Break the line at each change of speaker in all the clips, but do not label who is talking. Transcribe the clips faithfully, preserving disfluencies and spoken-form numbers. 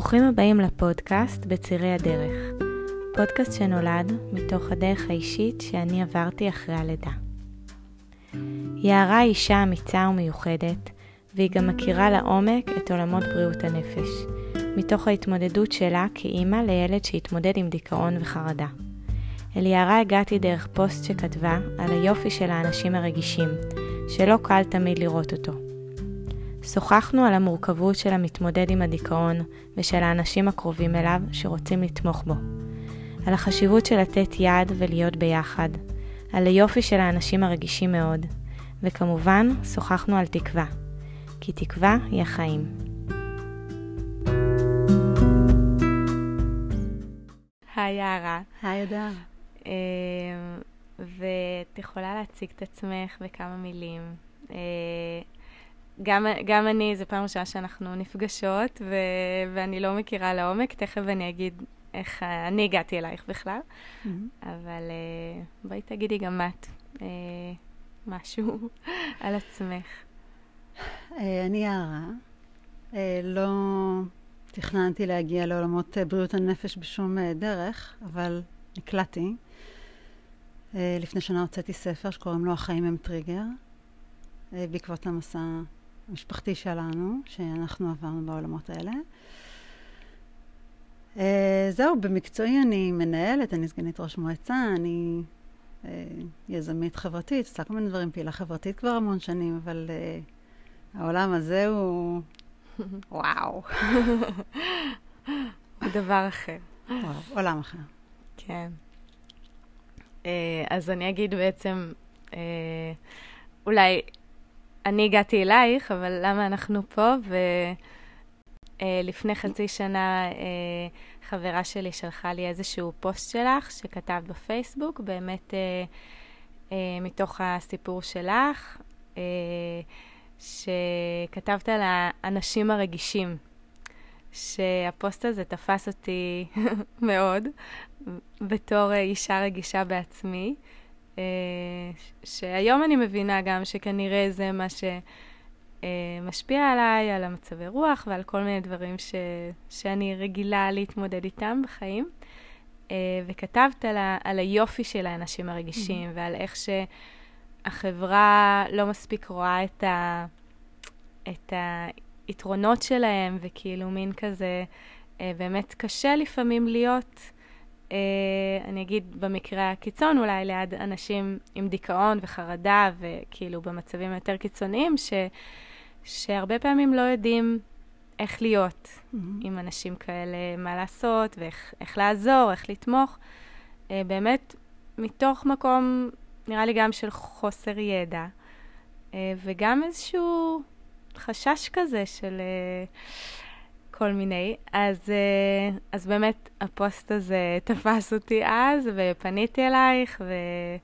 ברוכים הבאים לפודקאסט בצירי הדרך. פודקאסט שנולד מתוך הדרך האישית שאני עברתי אחרי הלידה. יערה היא אישה אמיצה ומיוחדת, והיא גם מכירה לעומק את עולמות בריאות הנפש, מתוך ההתמודדות שלה כאימא לילד שהתמודד עם דיכאון וחרדה. אל יערה הגעתי דרך פוסט שכתבה על היופי של האנשים הרגישים, שלא קל תמיד לראות אותו. שוחחנו על המורכבות של המתמודד עם הדיכאון ושל האנשים הקרובים אליו שרוצים לתמוך בו. על החשיבות של לתת יד ולהיות ביחד. על היופי של האנשים הרגישים מאוד. וכמובן, שוחחנו על תקווה. כי תקווה היא החיים. היי יערה.
היי ידע.
ואת יכולה להציג את עצמך בכמה מילים. גם, גם אני, זו פעם ראשונה שאנחנו נפגשות, ו, ואני לא מכירה לעומק, תכף אני אגיד איך אני הגעתי אלייך בכלל, mm-hmm. אבל uh, בואי תגידי גם את uh, משהו על עצמך.
Uh, אני יערה, uh, לא תכננתי להגיע לעולמות uh, בריאות הנפש בשום uh, דרך, אבל נקלטתי. Uh, לפני שנה הוצאתי ספר שקוראים לו החיים הם טריגר, uh, בעקבות המסע המשפחתי שלנו, שאנחנו עברנו בעולמות האלה. Uh, זהו, במקצועי אני מנהלת, אני סגנית ראש מועצה, אני uh, יזמית חברתית, עושה כל מיני דברים, פעילה חברתית כבר המון שנים, אבל uh, העולם הזה הוא... וואו.
הוא דבר אחר.
וואו, עולם אחר.
כן. Uh, אז אני אגיד בעצם, uh, אולי... אני הגעתי אלייך, אבל למה אנחנו פה? ולפני חצי שנה חברה שלי שלחה לי איזשהו פוסט שלך שכתב בפייסבוק, באמת מתוך הסיפור שלך, שכתבת על האנשים הרגישים, שהפוסט הזה תפס אותי מאוד, בתור אישה רגישה בעצמי, שהיום אני מבינה גם שכנראה זה מה שמשפיע עליי, על המצבי רוח ועל כל מיני דברים ש... שאני רגילה להתמודד איתם בחיים. וכתבת על, ה... על היופי של האנשים הרגישים, mm-hmm. ועל איך שהחברה לא מספיק רואה את, ה... את היתרונות שלהם, וכאילו מין כזה, באמת קשה לפעמים להיות... Uh, אני אגיד במקרה הקיצון, אולי ליד אנשים עם דיכאון וחרדה, וכאילו במצבים יותר קיצוניים, ש, שהרבה פעמים לא יודעים איך להיות mm-hmm. עם אנשים כאלה, מה לעשות, ואיך איך לעזור, איך לתמוך. Uh, באמת, מתוך מקום, נראה לי גם של חוסר ידע, uh, וגם איזשהו חשש כזה של... Uh, כל מיני. אז, אז באמת הפוסט הזה תפס אותי אז, ופניתי אלייך, ו,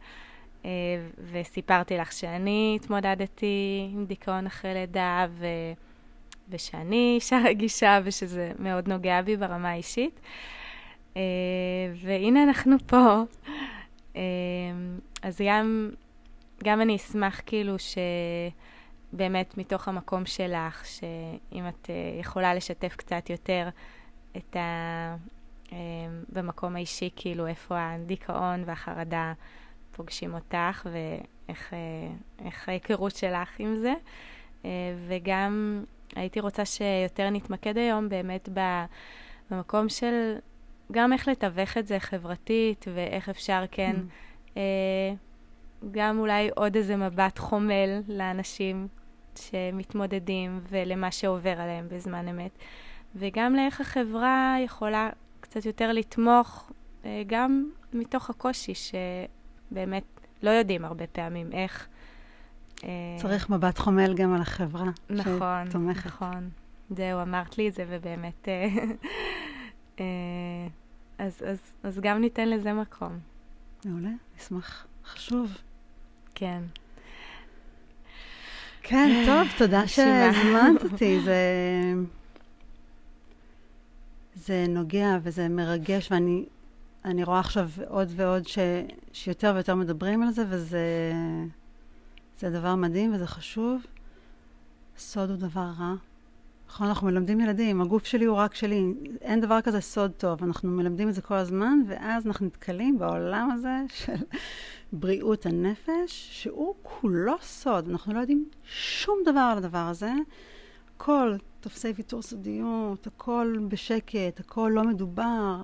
וסיפרתי לך שאני התמודדתי עם דיכאון אחרי לידה, ו, ושאני אישה רגישה, ושזה מאוד נוגע בי ברמה האישית. והנה אנחנו פה. אז גם, גם אני אשמח כאילו ש... באמת מתוך המקום שלך, שאם את uh, יכולה לשתף קצת יותר את ה... uh, במקום האישי, כאילו איפה הדיכאון והחרדה פוגשים אותך, ואיך uh, איך ההיכרות שלך עם זה. Uh, וגם הייתי רוצה שיותר נתמקד היום באמת במקום של גם איך לתווך את זה חברתית, ואיך אפשר כן mm. uh, גם אולי עוד איזה מבט חומל לאנשים שמתמודדים ולמה שעובר עליהם בזמן אמת. וגם לאיך החברה יכולה קצת יותר לתמוך, גם מתוך הקושי שבאמת לא יודעים הרבה פעמים איך.
צריך מבט חומל גם על החברה.
נכון,
שתומכת.
נכון. זהו, אמרת לי את זה ובאמת... אז, אז, אז גם ניתן לזה מקום.
מעולה, נשמח. חשוב.
כן.
כן, טוב, תודה שהזמנת אותי. זה, זה נוגע וזה מרגש, ואני אני רואה עכשיו עוד ועוד ש, שיותר ויותר מדברים על זה, וזה זה דבר מדהים וזה חשוב. סוד הוא דבר רע. נכון, אנחנו מלמדים ילדים, הגוף שלי הוא רק שלי, אין דבר כזה סוד טוב, אנחנו מלמדים את זה כל הזמן, ואז אנחנו נתקלים בעולם הזה של בריאות הנפש, שהוא כולו סוד, אנחנו לא יודעים שום דבר על הדבר הזה, הכל תופסי ויתור סודיות, הכל בשקט, הכל לא מדובר,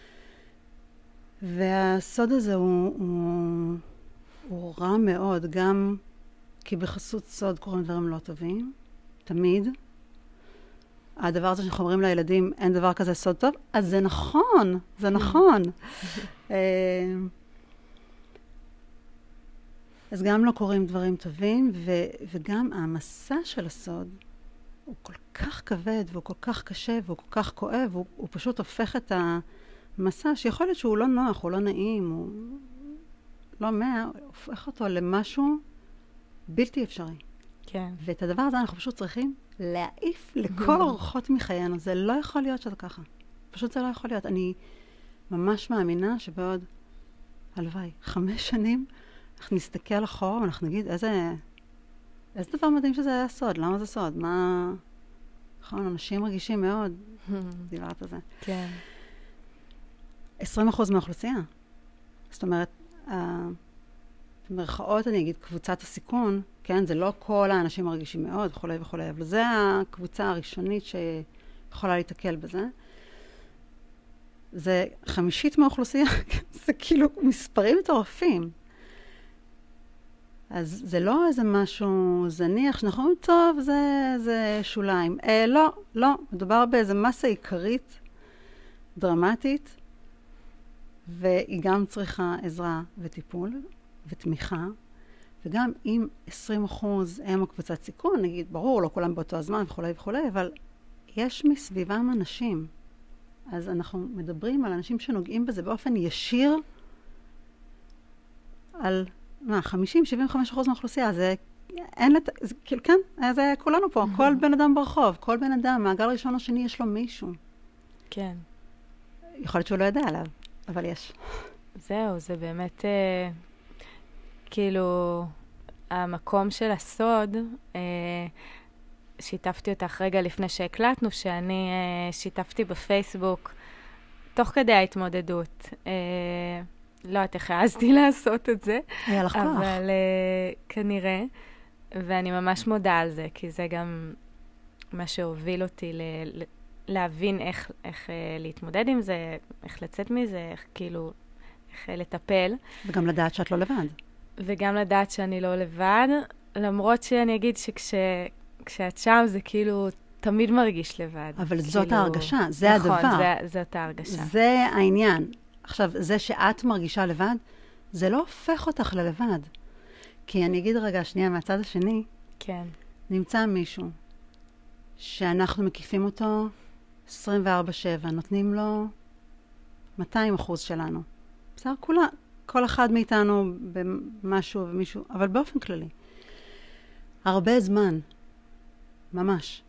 והסוד הזה הוא, הוא, הוא רע מאוד, גם כי בחסות סוד קוראים דברים לא טובים, תמיד. הדבר הזה שאנחנו אומרים לילדים, אין דבר כזה סוד טוב, אז זה נכון, זה נכון. אז גם לא קוראים דברים טובים, ו- וגם המסע של הסוד הוא כל כך כבד, והוא כל כך קשה, והוא כל כך כואב, הוא, הוא פשוט הופך את המסע, שיכול להיות שהוא לא נוח, הוא לא נעים, הוא לא מאה, הוא הופך אותו למשהו בלתי אפשרי.
כן.
ואת הדבר הזה אנחנו פשוט צריכים להעיף לכל אורחות מחיינו. זה לא יכול להיות שזה ככה. פשוט זה לא יכול להיות. אני ממש מאמינה שבעוד, הלוואי, חמש שנים, אנחנו נסתכל אחורה ואנחנו נגיד, איזה, איזה דבר מדהים שזה היה סוד. למה זה סוד? מה... נכון, אנשים רגישים מאוד. דיברת על זה.
כן.
עשרים אחוז מהאוכלוסייה. זאת אומרת, במרכאות אני אגיד, קבוצת הסיכון, כן, זה לא כל האנשים הרגישים מאוד, וכו' וכו', אבל זה הקבוצה הראשונית שיכולה להתקל בזה. זה חמישית מהאוכלוסייה, זה כאילו מספרים מטורפים. אז זה לא איזה משהו זניח, שאנחנו אומרים, טוב, זה, זה שוליים. אה, לא, לא, מדובר באיזה מסה עיקרית, דרמטית, והיא גם צריכה עזרה וטיפול ותמיכה, וגם אם עשרים אחוז הם הקבוצת סיכון, נגיד, ברור, לא כולם באותו הזמן וכו' וכו', אבל יש מסביבם אנשים. אז אנחנו מדברים על אנשים שנוגעים בזה באופן ישיר, על מה, חמישים שבעים וחמישה אחוז מהאוכלוסייה, זה אין לת... זה, כאילו, כן, זה כולנו פה, כל בן אדם ברחוב, כל בן אדם, מהגל ראשון או שני יש לו מישהו.
כן.
יכול להיות שהוא לא יודע עליו, אבל יש.
זהו, זה באמת, אה, כאילו, המקום של הסוד, אה, שיתפתי אותך רגע לפני שהקלטנו, שאני אה, שיתפתי בפייסבוק, תוך כדי ההתמודדות. אה, לא יודעת איך העזתי לעשות את זה.
היה לך כוח.
אבל uh, כנראה, ואני ממש מודה על זה, כי זה גם מה שהוביל אותי ל- ל- להבין איך, איך uh, להתמודד עם זה, איך לצאת מזה, איך כאילו, איך uh, לטפל.
וגם לדעת שאת לא לבד.
וגם לדעת שאני לא לבד, למרות שאני אגיד שכשאת שם זה כאילו תמיד מרגיש לבד.
אבל
כאילו,
זאת ההרגשה, זה
נכון,
הדבר.
נכון, זאת ההרגשה.
זה העניין. עכשיו, זה שאת מרגישה לבד, זה לא הופך אותך ללבד. כי אני אגיד רגע, שנייה, מהצד השני,
כן. נמצא
מישהו שאנחנו מקיפים אותו עשרים וארבע שבע, נותנים לו מאתיים אחוז שלנו. בסדר, כולה, כל אחד מאיתנו במשהו ומישהו, אבל באופן כללי. הרבה זמן, ממש.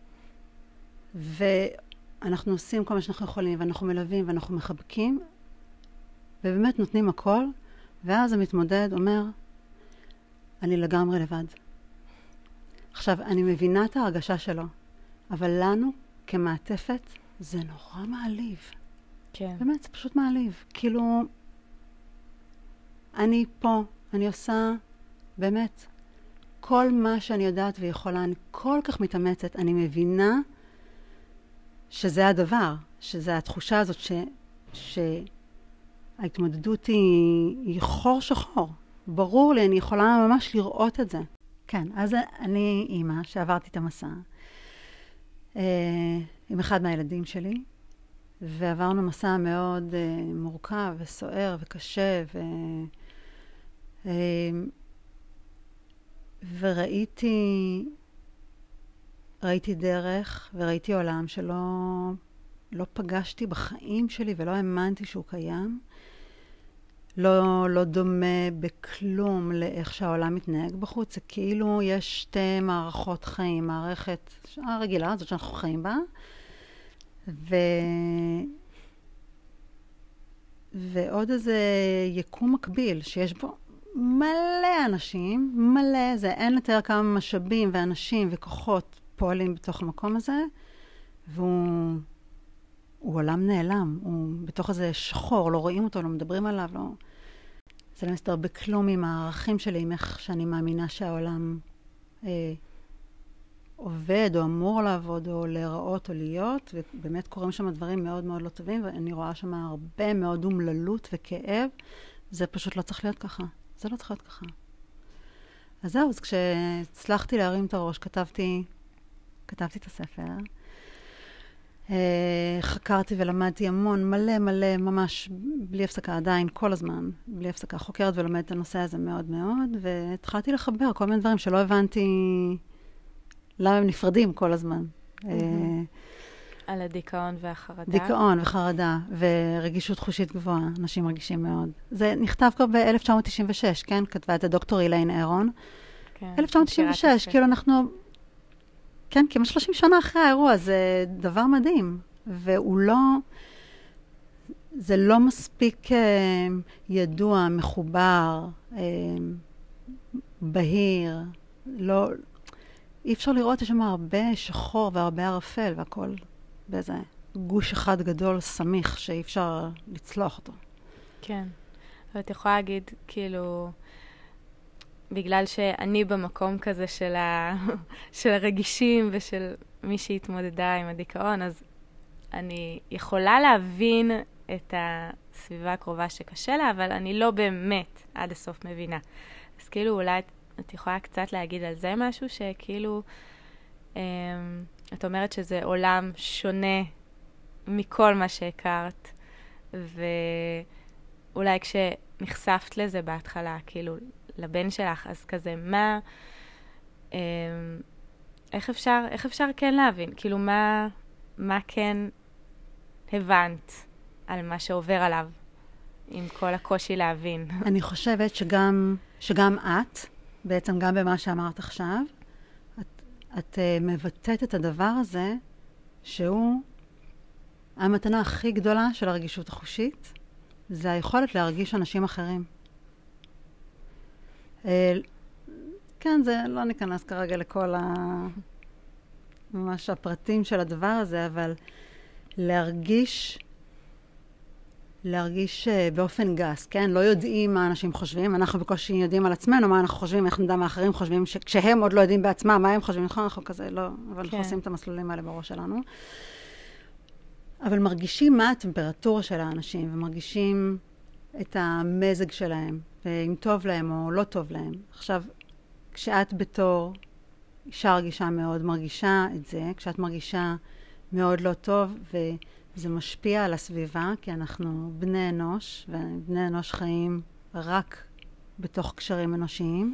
ואנחנו עושים כל מה שאנחנו יכולים, ואנחנו מלווים, ואנחנו מחבקים, ובאמת נותנים הכל, ואז המתמודד אומר, אני לגמרי לבד. עכשיו, אני מבינה את ההרגשה שלו, אבל לנו, כמעטפת, זה נורא מעליב.
כן.
באמת, זה פשוט מעליב. כאילו, אני פה, אני עושה, באמת, כל מה שאני יודעת ויכולה, אני כל כך מתאמצת, אני מבינה שזה הדבר, שזה התחושה הזאת ש... ש... ההתמודדות היא, היא חור שחור. ברור לי, אני יכולה ממש לראות את זה. כן, אז אני אימא שעברתי את המסע אה, עם אחד מהילדים שלי, ועברנו מסע מאוד אה, מורכב וסוער וקשה, ו, אה, וראיתי ראיתי דרך וראיתי עולם שלא לא פגשתי בחיים שלי ולא האמנתי שהוא קיים. לא, לא דומה בכלום לאיך שהעולם מתנהג בחוץ. זה כאילו יש שתי מערכות חיים, מערכת הרגילה הזאת שאנחנו חיים בה, ו... ועוד איזה יקום מקביל שיש בו מלא אנשים, מלא, זה אין לתאר כמה משאבים ואנשים וכוחות פועלים בתוך המקום הזה, והוא הוא עולם נעלם, הוא בתוך איזה שחור, לא רואים אותו, לא מדברים עליו, לא... זה לא מסתדר בכלום עם הערכים שלי, עם איך שאני מאמינה שהעולם אה, עובד, או אמור לעבוד, או להיראות, או להיות, ובאמת קורים שם דברים מאוד מאוד לא טובים, ואני רואה שם הרבה מאוד אומללות וכאב, זה פשוט לא צריך להיות ככה. זה לא צריך להיות ככה. אז זהו, אז כשהצלחתי להרים את הראש, כתבתי, כתבתי את הספר, חקרתי ולמדתי המון, מלא מלא, ממש בלי הפסקה, עדיין, כל הזמן, בלי הפסקה, חוקרת ולומדת את הנושא הזה מאוד מאוד, והתחלתי לחבר כל מיני דברים שלא הבנתי למה הם נפרדים כל הזמן.
על הדיכאון והחרדה.
דיכאון וחרדה ורגישות חושית גבוהה, אנשים מרגישים מאוד. זה נכתב כבר ב-אלף תשע מאות תשעים ושש, כן? כתבה את הדוקטור איליין אירון. אלף תשע מאות תשעים ושש, כאילו אנחנו... כן, כמעט שלושים שנה אחרי האירוע, זה דבר מדהים. והוא לא... זה לא מספיק אה, ידוע, מחובר, אה, בהיר. לא... אי אפשר לראות, יש שם הרבה שחור והרבה ערפל, והכל באיזה גוש אחד גדול, סמיך, שאי אפשר לצלוח אותו.
כן. אבל את יכולה להגיד, כאילו... בגלל שאני במקום כזה של, ה... של הרגישים ושל מי שהתמודדה עם הדיכאון, אז אני יכולה להבין את הסביבה הקרובה שקשה לה, אבל אני לא באמת עד הסוף מבינה. אז כאילו אולי את, את יכולה קצת להגיד על זה משהו, שכאילו אמ, את אומרת שזה עולם שונה מכל מה שהכרת, ואולי כשנחשפת לזה בהתחלה, כאילו לבן שלך, אז כזה, מה, אה, איך אפשר, איך אפשר כן להבין? כאילו, מה, מה כן הבנת על מה שעובר עליו, עם כל הקושי להבין?
אני חושבת שגם, שגם את, בעצם גם במה שאמרת עכשיו, את, את uh, מבטאת את הדבר הזה, שהוא המתנה הכי גדולה של הרגישות החושית, זה היכולת להרגיש אנשים אחרים. כן, זה לא ניכנס כרגע לכל ה... ממש הפרטים של הדבר הזה, אבל להרגיש, להרגיש באופן גס, כן? לא יודעים מה אנשים חושבים, אנחנו בקושי יודעים על עצמנו מה אנחנו חושבים, איך נדע מה אחרים חושבים, כשהם עוד לא יודעים בעצמם מה הם חושבים, נכון, אנחנו כזה לא, אבל אנחנו עושים את המסלולים האלה בראש שלנו. אבל מרגישים מה הטמפרטורה של האנשים, ומרגישים את המזג שלהם, ואם טוב להם או לא טוב להם. עכשיו, כשאת בתור אישה רגישה מאוד מרגישה את זה, כשאת מרגישה מאוד לא טוב, וזה משפיע על הסביבה, כי אנחנו בני אנוש, ובני אנוש חיים רק בתוך קשרים אנושיים.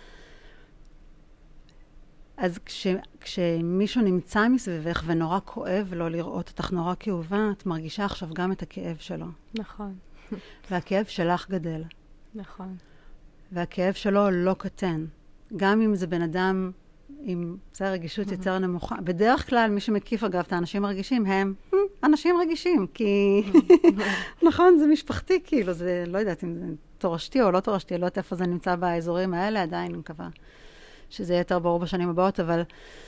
אז כש, כשמישהו נמצא מסביבך ונורא כואב לו לראות אותך נורא כאובה, את מרגישה עכשיו גם את הכאב שלו.
נכון.
והכאב שלך גדל.
נכון.
והכאב שלו לא קטן. גם אם זה בן אדם עם זה רגישות יותר נמוכה. בדרך כלל, מי שמקיף אגב את האנשים הרגישים, הם אנשים רגישים, כי נכון, זה משפחתי, כאילו, זה לא יודעת אם זה תורשתי או לא תורשתי, אני לא יודעת איפה זה נמצא באזורים האלה, עדיין אני מקווה שזה יהיה יותר ברור בשנים הבאות, אבל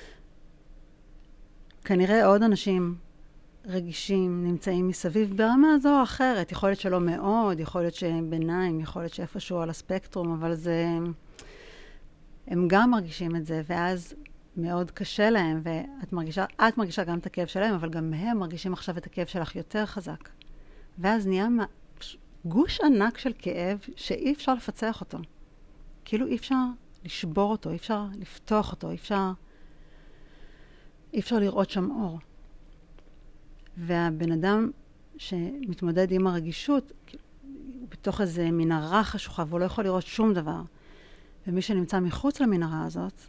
כנראה עוד אנשים רגישים נמצאים מסביב ברמה הזו או אחרת. יכול להיות שלא מאוד, יכול להיות שהם ביניים, יכול להיות שאיפשהו על הספקטרום, אבל זה... הם גם מרגישים את זה, ואז מאוד קשה להם, ואת מרגישה, את מרגישה גם את הכאב שלהם, אבל גם הם מרגישים עכשיו את הכאב שלך יותר חזק. ואז נהיה גוש ענק של כאב שאי אפשר לפצח אותו. כאילו אי אפשר לשבור אותו, אי אפשר לפתוח אותו, אי אפשר, אי אפשר לראות שם אור. והבן אדם שמתמודד עם הרגישות, בתוך איזה מנהרה חשוכה, והוא לא יכול לראות שום דבר. ומי שנמצא מחוץ למנהרה הזאת,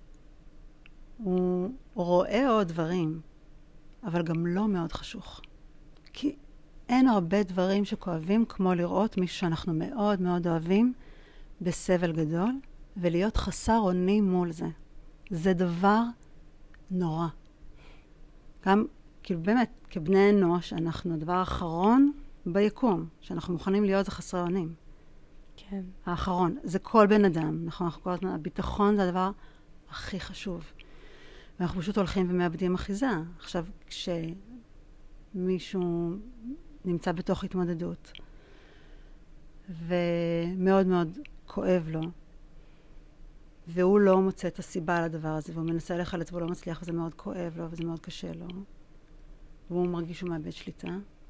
הוא רואה עוד דברים, אבל גם לא מאוד חשוך. כי אין הרבה דברים שכואבים כמו לראות מישהו שאנחנו מאוד מאוד אוהבים בסבל גדול, ולהיות חסר אונים מול זה. זה דבר נורא. גם, כאילו באמת, כבני אנוש, אנחנו הדבר האחרון ביקום, שאנחנו מוכנים להיות זה חסרי אונים.
כן.
האחרון. זה כל בן אדם, נכון? אנחנו כל הזמן, הביטחון זה הדבר הכי חשוב. ואנחנו פשוט הולכים ומאבדים אחיזה. עכשיו, כשמישהו נמצא בתוך התמודדות, ומאוד מאוד כואב לו, והוא לא מוצא את הסיבה לדבר הזה, והוא מנסה לחלץ והוא לא מצליח, וזה מאוד כואב לו, וזה מאוד קשה לו, והוא מרגיש שהוא מאבד שליטה.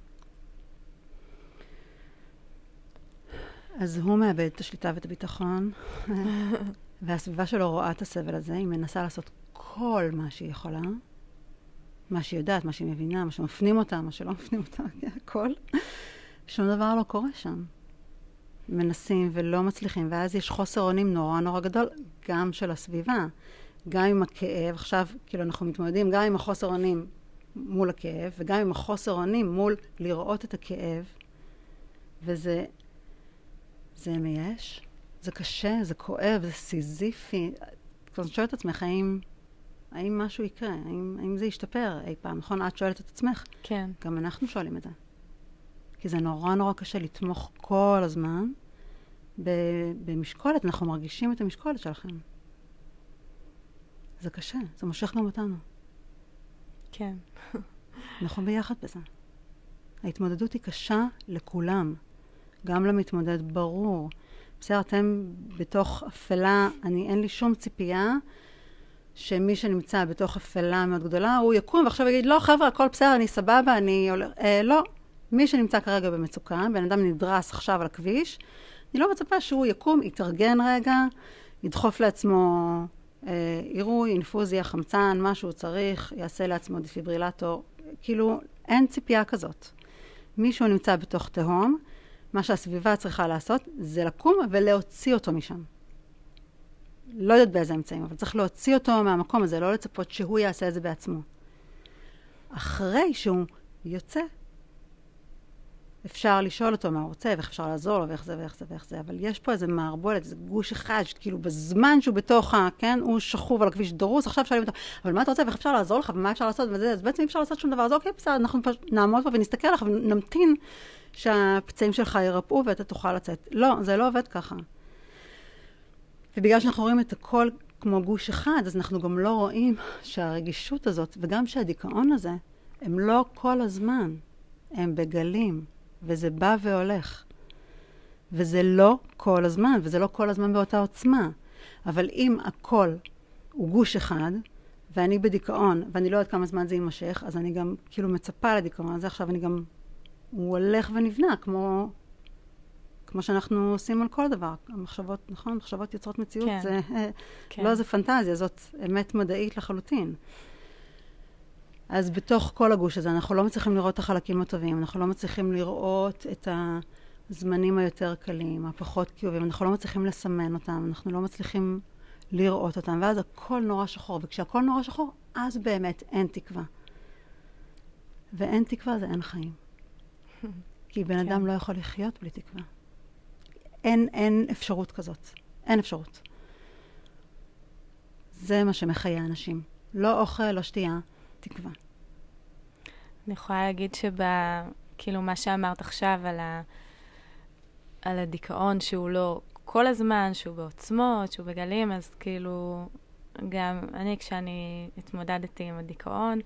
אז הוא מאבד את השליטה ואת הביטחון, והסביבה שלו רואה את הסבל הזה, היא מנסה לעשות כל מה שהיא יכולה, מה שהיא יודעת, מה שהיא מבינה, מה שמפנים אותה, מה שלא מפנים אותה, הכל. שום דבר לא קורה שם. מנסים ולא מצליחים, ואז יש חוסר אונים נורא נורא גדול, גם של הסביבה, גם עם הכאב. עכשיו, כאילו אנחנו מתמודדים גם עם החוסר אונים מול הכאב, וגם עם החוסר אונים מול לראות את הכאב, וזה, זה מייאש, זה קשה, זה כואב, זה סיזיפי. אתה שואל את עצמך, האם, האם משהו יקרה? האם, האם זה ישתפר אי פעם? נכון? את שואלת את עצמך?
כן.
גם אנחנו שואלים את זה. כי זה נורא נורא קשה לתמוך כל הזמן במשקולת. אנחנו מרגישים את המשקולת שלכם. זה קשה, זה מושך גם אותנו.
כן.
אנחנו ביחד בזה. ההתמודדות היא קשה לכולם. גם למתמודד ברור. בסדר, אתם בתוך אפלה, אני, אין לי שום ציפייה שמי שנמצא בתוך אפלה מאוד גדולה, הוא יקום ועכשיו יגיד, לא חבר'ה, הכל בסדר, אני סבבה, אני הולך, אה, לא. מי שנמצא כרגע במצוקה, בן אדם נדרס עכשיו על הכביש, אני לא מצפה שהוא יקום, יתארגן רגע, ידחוף לעצמו אה, עירוי, אינפוזיה, חמצן, מה שהוא צריך, יעשה לעצמו דפיברילטור. כאילו, אין ציפייה כזאת. מישהו נמצא בתוך תהום, מה שהסביבה צריכה לעשות, זה לקום ולהוציא אותו משם. לא יודעת באיזה אמצעים, אבל צריך להוציא אותו מהמקום הזה, לא לצפות שהוא יעשה את זה בעצמו. אחרי שהוא יוצא, אפשר לשאול אותו מה הוא רוצה, ואיך אפשר לעזור לו, ואיך זה, ואיך זה, ואיך זה. אבל יש פה איזה מערבולת, איזה גוש אחד, כאילו בזמן שהוא בתוך, כן, הוא שכוב על הכביש דרוס, עכשיו שואלים אותו, אבל מה אתה רוצה, ואיך אפשר לעזור לך, ומה אפשר לעשות, וזה, אז בעצם אי אפשר לעשות שום דבר. אז אוקיי, בסדר, אנחנו נעמוד פה ונסתכל לך, ונמתין שהפצעים שלך ירפאו, ואתה תוכל לצאת. לא, זה לא עובד ככה. ובגלל שאנחנו רואים את הכל כמו גוש אחד, אז אנחנו גם לא רואים שהרגישות הזאת, וגם שהדיכאון הזה, הם לא כל הזמן, הם בגלים. וזה בא והולך. וזה לא כל הזמן, וזה לא כל הזמן באותה עוצמה. אבל אם הכל הוא גוש אחד, ואני בדיכאון, ואני לא יודעת כמה זמן זה יימשך, אז אני גם כאילו מצפה לדיכאון הזה, עכשיו אני גם, הוא הולך ונבנה, כמו, כמו שאנחנו עושים על כל דבר. המחשבות, נכון? מחשבות יוצרות מציאות,
כן.
זה
כן.
לא זה פנטזיה, זאת אמת מדעית לחלוטין. אז בתוך כל הגוש הזה, אנחנו לא מצליחים לראות את החלקים הטובים, אנחנו לא מצליחים לראות את הזמנים היותר קלים, הפחות קיובים, אנחנו לא מצליחים לסמן אותם, אנחנו לא מצליחים לראות אותם, ואז הכל נורא שחור, וכשהכל נורא שחור, אז באמת אין תקווה. ואין תקווה זה אין חיים. כי בן אדם לא יכול לחיות בלי תקווה. אין, אין אפשרות כזאת. אין אפשרות. זה מה שמחיה אנשים. לא אוכל, לא שתייה. תקווה.
אני יכולה להגיד שבה, כאילו מה שאמרת עכשיו על, ה, על הדיכאון שהוא לא כל הזמן, שהוא בעוצמות, שהוא בגלים, אז כאילו גם אני כשאני התמודדתי עם הדיכאון,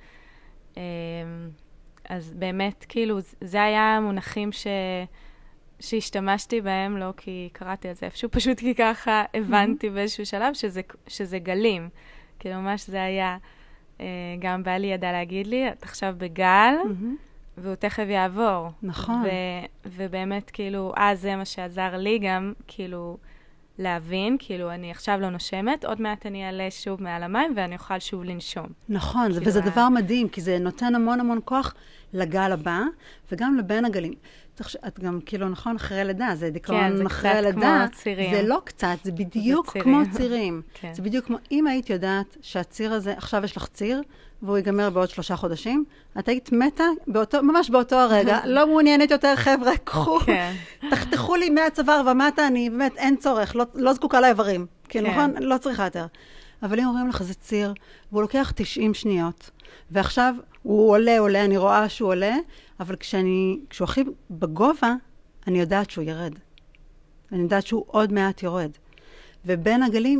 אז באמת כאילו זה היה מונחים ש, שהשתמשתי בהם, לא כי קראתי על זה איפשהו, פשוט כי ככה הבנתי באיזשהו שלב שזה, שזה גלים. כאילו ממש זה היה... גם בעלי ידע להגיד לי, את עכשיו בגל, mm-hmm. והוא תכף יעבור.
נכון.
ו- ובאמת, כאילו, אז זה מה שעזר לי גם, כאילו, להבין, כאילו, אני עכשיו לא נושמת, עוד מעט אני אעלה שוב מעל המים, ואני אוכל שוב לנשום.
נכון,
כאילו
וזה
ה...
דבר מדהים, כי זה נותן המון המון כוח לגל הבא, וגם לבין הגלים. את גם, כאילו, נכון, אחרי לידה, זה דיכאון
כן, זה
אחרי
קצת
לידה.
כמו צירים.
זה לא קצת, זה בדיוק
זה
כמו צירים.
כן.
זה בדיוק כמו, אם היית יודעת שהציר הזה, עכשיו יש לך ציר, והוא ייגמר בעוד שלושה חודשים, את היית מתה באותו, ממש באותו הרגע, לא מעוניינת יותר, חבר'ה, קחו,
כן.
תחתכו לי מהצוואר ומטה, אני באמת, אין צורך, לא, לא זקוקה לאיברים. כן, נכון? לא צריכה יותר. אבל אם אומרים לך, זה ציר, והוא לוקח תשעים שניות, ועכשיו הוא עולה, עולה, אני רואה שהוא עולה, אבל כשאני, כשהוא הכי בגובה, אני יודעת שהוא ירד. אני יודעת שהוא עוד מעט יורד. ובין הגלים,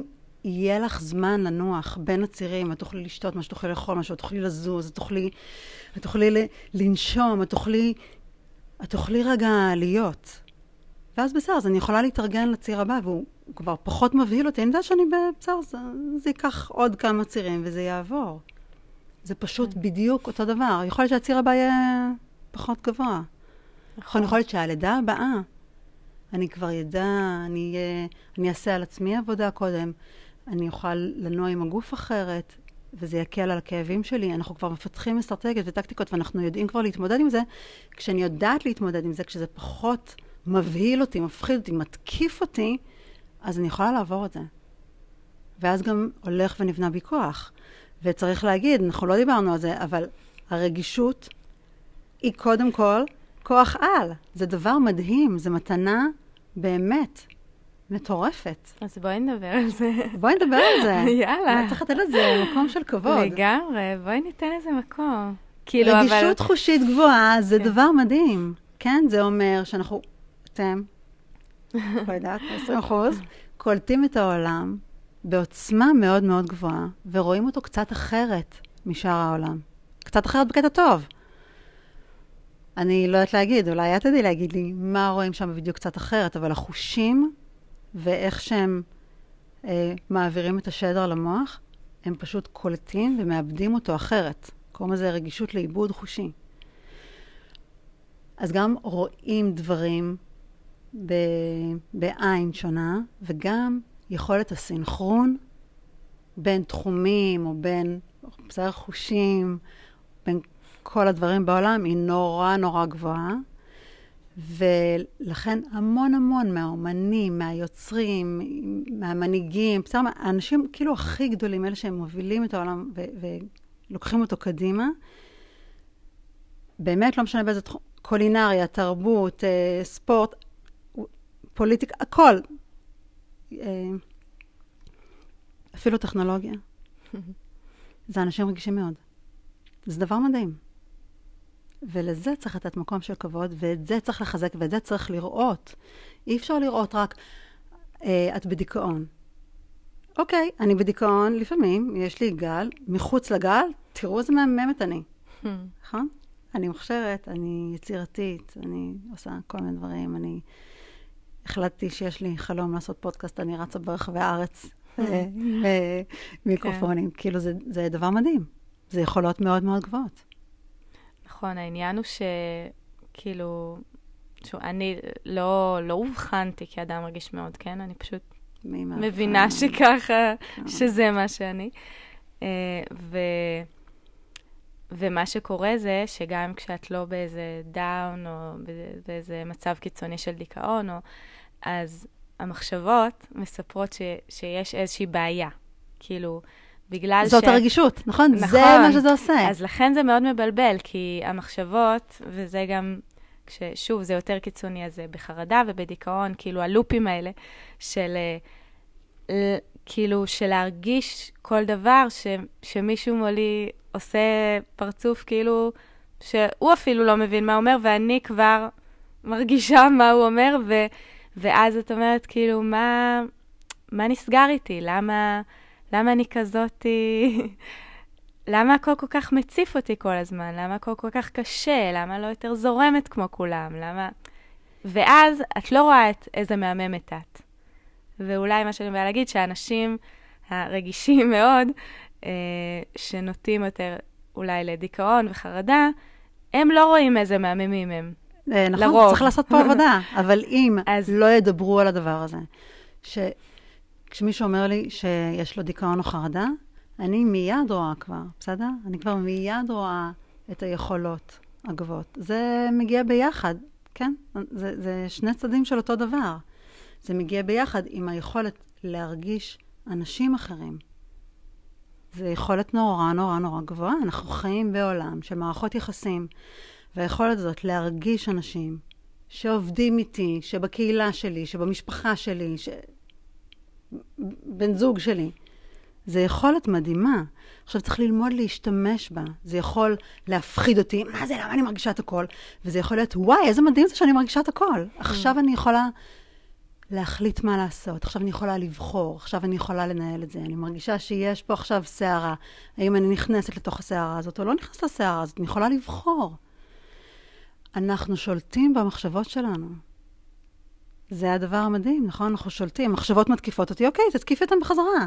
יהיה לך זמן לנוח בין הצירים, את תוכלי לשתות, מה שתוכלי לאכול, מה שתוכלי לזוז, את תוכלי, את תוכלי לנשום, את תוכלי, את תוכלי רגע להיות. ואז בסדר, אז אני יכולה להתארגן לציר הבא, והוא כבר פחות מבהיל אותי. אני יודעת שאני בסדר, זה, זה ייקח עוד כמה צירים וזה יעבור. זה פשוט בדיוק אותו דבר. יכול להיות שהציר הבא יהיה פחות גבוה. נכון. יכול להיות שהלידה הבאה, אני כבר ידע, אני, אני אעשה על עצמי עבודה קודם, אני אוכל לנוע עם הגוף אחרת, וזה יקל על הכאבים שלי. אנחנו כבר מפתחים אסטרטגיות וטקטיקות, ואנחנו יודעים כבר להתמודד עם זה. כשאני יודעת להתמודד עם זה, כשזה פחות מבהיל אותי, מפחיד אותי, מתקיף אותי, אז אני יכולה לעבור את זה. ואז גם הולך ונבנה בי כוח. וצריך להגיד, אנחנו לא דיברנו על זה, אבל הרגישות היא קודם כל כוח על. זה דבר מדהים, זה מתנה באמת מטורפת.
אז בואי נדבר על זה.
בואי נדבר על זה.
יאללה.
צריך לתת לזה מקום של כבוד.
לגמרי, בואי ניתן לזה מקום. כאילו,
רגישות
אבל...
חושית גבוהה זה כן. דבר מדהים. כן, זה אומר שאנחנו, אתם, לא יודעת, עשרים אחוז, קולטים את העולם בעוצמה מאוד מאוד גבוהה, ורואים אותו קצת אחרת משאר העולם. קצת אחרת בקטע טוב. אני לא יודעת להגיד, אולי את תדעי להגיד לי מה רואים שם בדיוק קצת אחרת, אבל החושים ואיך שהם אה, מעבירים את השדר למוח, הם פשוט קולטים ומאבדים אותו אחרת. קוראים לזה רגישות לעיבוד חושי. אז גם רואים דברים ב, בעין שונה, וגם יכולת הסינכרון בין תחומים או בין בסדר חושים, בין כל הדברים בעולם, היא נורא נורא גבוהה. ולכן המון המון מהאומנים, מהיוצרים, מהמנהיגים, בסדר, האנשים כאילו הכי גדולים, אלה שהם מובילים את העולם ו- ולוקחים אותו קדימה, באמת לא משנה באיזה תחום, קולינריה, תרבות, אה, ספורט, פוליטיקה, הכל. אה, אפילו טכנולוגיה. זה אנשים רגישים מאוד. זה דבר מדהים. ולזה צריך לתת מקום של כבוד, ואת זה צריך לחזק, ואת זה צריך לראות. אי אפשר לראות רק, אה, את בדיכאון. אוקיי, אני בדיכאון, לפעמים יש לי גל, מחוץ לגל, תראו איזה מהממת אני. נכון? אני מוכשרת, אני יצירתית, אני עושה כל מיני דברים, אני החלטתי שיש לי חלום לעשות פודקאסט, אני רצה ברחבי הארץ, מיקרופונים. כאילו זה, זה דבר מדהים. זה יכולות מאוד מאוד גבוהות.
נכון, העניין הוא שכאילו, שאני לא, לא הובחנתי כאדם רגיש מאוד, כן? אני פשוט מבינה שככה, שזה מה שאני. ו... ומה שקורה זה שגם כשאת לא באיזה דאון או באיזה מצב קיצוני של דיכאון, או, אז המחשבות מספרות ש, שיש איזושהי בעיה. כאילו, בגלל
זאת
ש...
הרגישות, נכון?
נכון?
זה מה שזה עושה.
אז לכן זה מאוד מבלבל, כי המחשבות, וזה גם, שוב, זה יותר קיצוני, אז זה בחרדה ובדיכאון, כאילו הלופים האלה של... כאילו, של להרגיש כל דבר ש, שמישהו מולי עושה פרצוף, כאילו, שהוא אפילו לא מבין מה הוא אומר, ואני כבר מרגישה מה הוא אומר, ו, ואז את אומרת, כאילו, מה, מה נסגר איתי? למה, למה אני כזאת, למה הכל כל כך מציף אותי כל הזמן? למה הכל כל כך קשה? למה לא יותר זורמת כמו כולם? למה... ואז את לא רואה את איזה מהממת את. ואולי מה שאני באה להגיד, שהאנשים הרגישים מאוד, אה, שנוטים יותר אולי לדיכאון וחרדה, הם לא רואים איזה מהממים הם.
אה, נכון, לרוב. צריך לעשות פה עבודה. אבל אם אז... לא ידברו על הדבר הזה, שכשמישהו אומר לי שיש לו דיכאון או חרדה, אני מיד רואה כבר, בסדר? אני כבר מיד רואה את היכולות הגבוהות. זה מגיע ביחד, כן? זה, זה שני צדדים של אותו דבר. זה מגיע ביחד עם היכולת להרגיש אנשים אחרים. זה יכולת נורא נורא נורא גבוהה. אנחנו חיים בעולם של מערכות יחסים, והיכולת הזאת להרגיש אנשים שעובדים איתי, שבקהילה שלי, שבמשפחה שלי, ש... בן זוג שלי. זה יכולת מדהימה. עכשיו צריך ללמוד להשתמש בה. זה יכול להפחיד אותי, מה זה, למה אני מרגישה את הכל? וזה יכול להיות, וואי, איזה מדהים זה שאני מרגישה את הכל. עכשיו אני יכולה... להחליט מה לעשות. עכשיו אני יכולה לבחור, עכשיו אני יכולה לנהל את זה. אני מרגישה שיש פה עכשיו שערה. האם אני נכנסת לתוך השערה הזאת או לא נכנסת לשערה הזאת? אני יכולה לבחור. אנחנו שולטים במחשבות שלנו. זה הדבר המדהים, נכון? אנחנו שולטים. מחשבות מתקיפות אותי, אוקיי, תתקיף אותם בחזרה.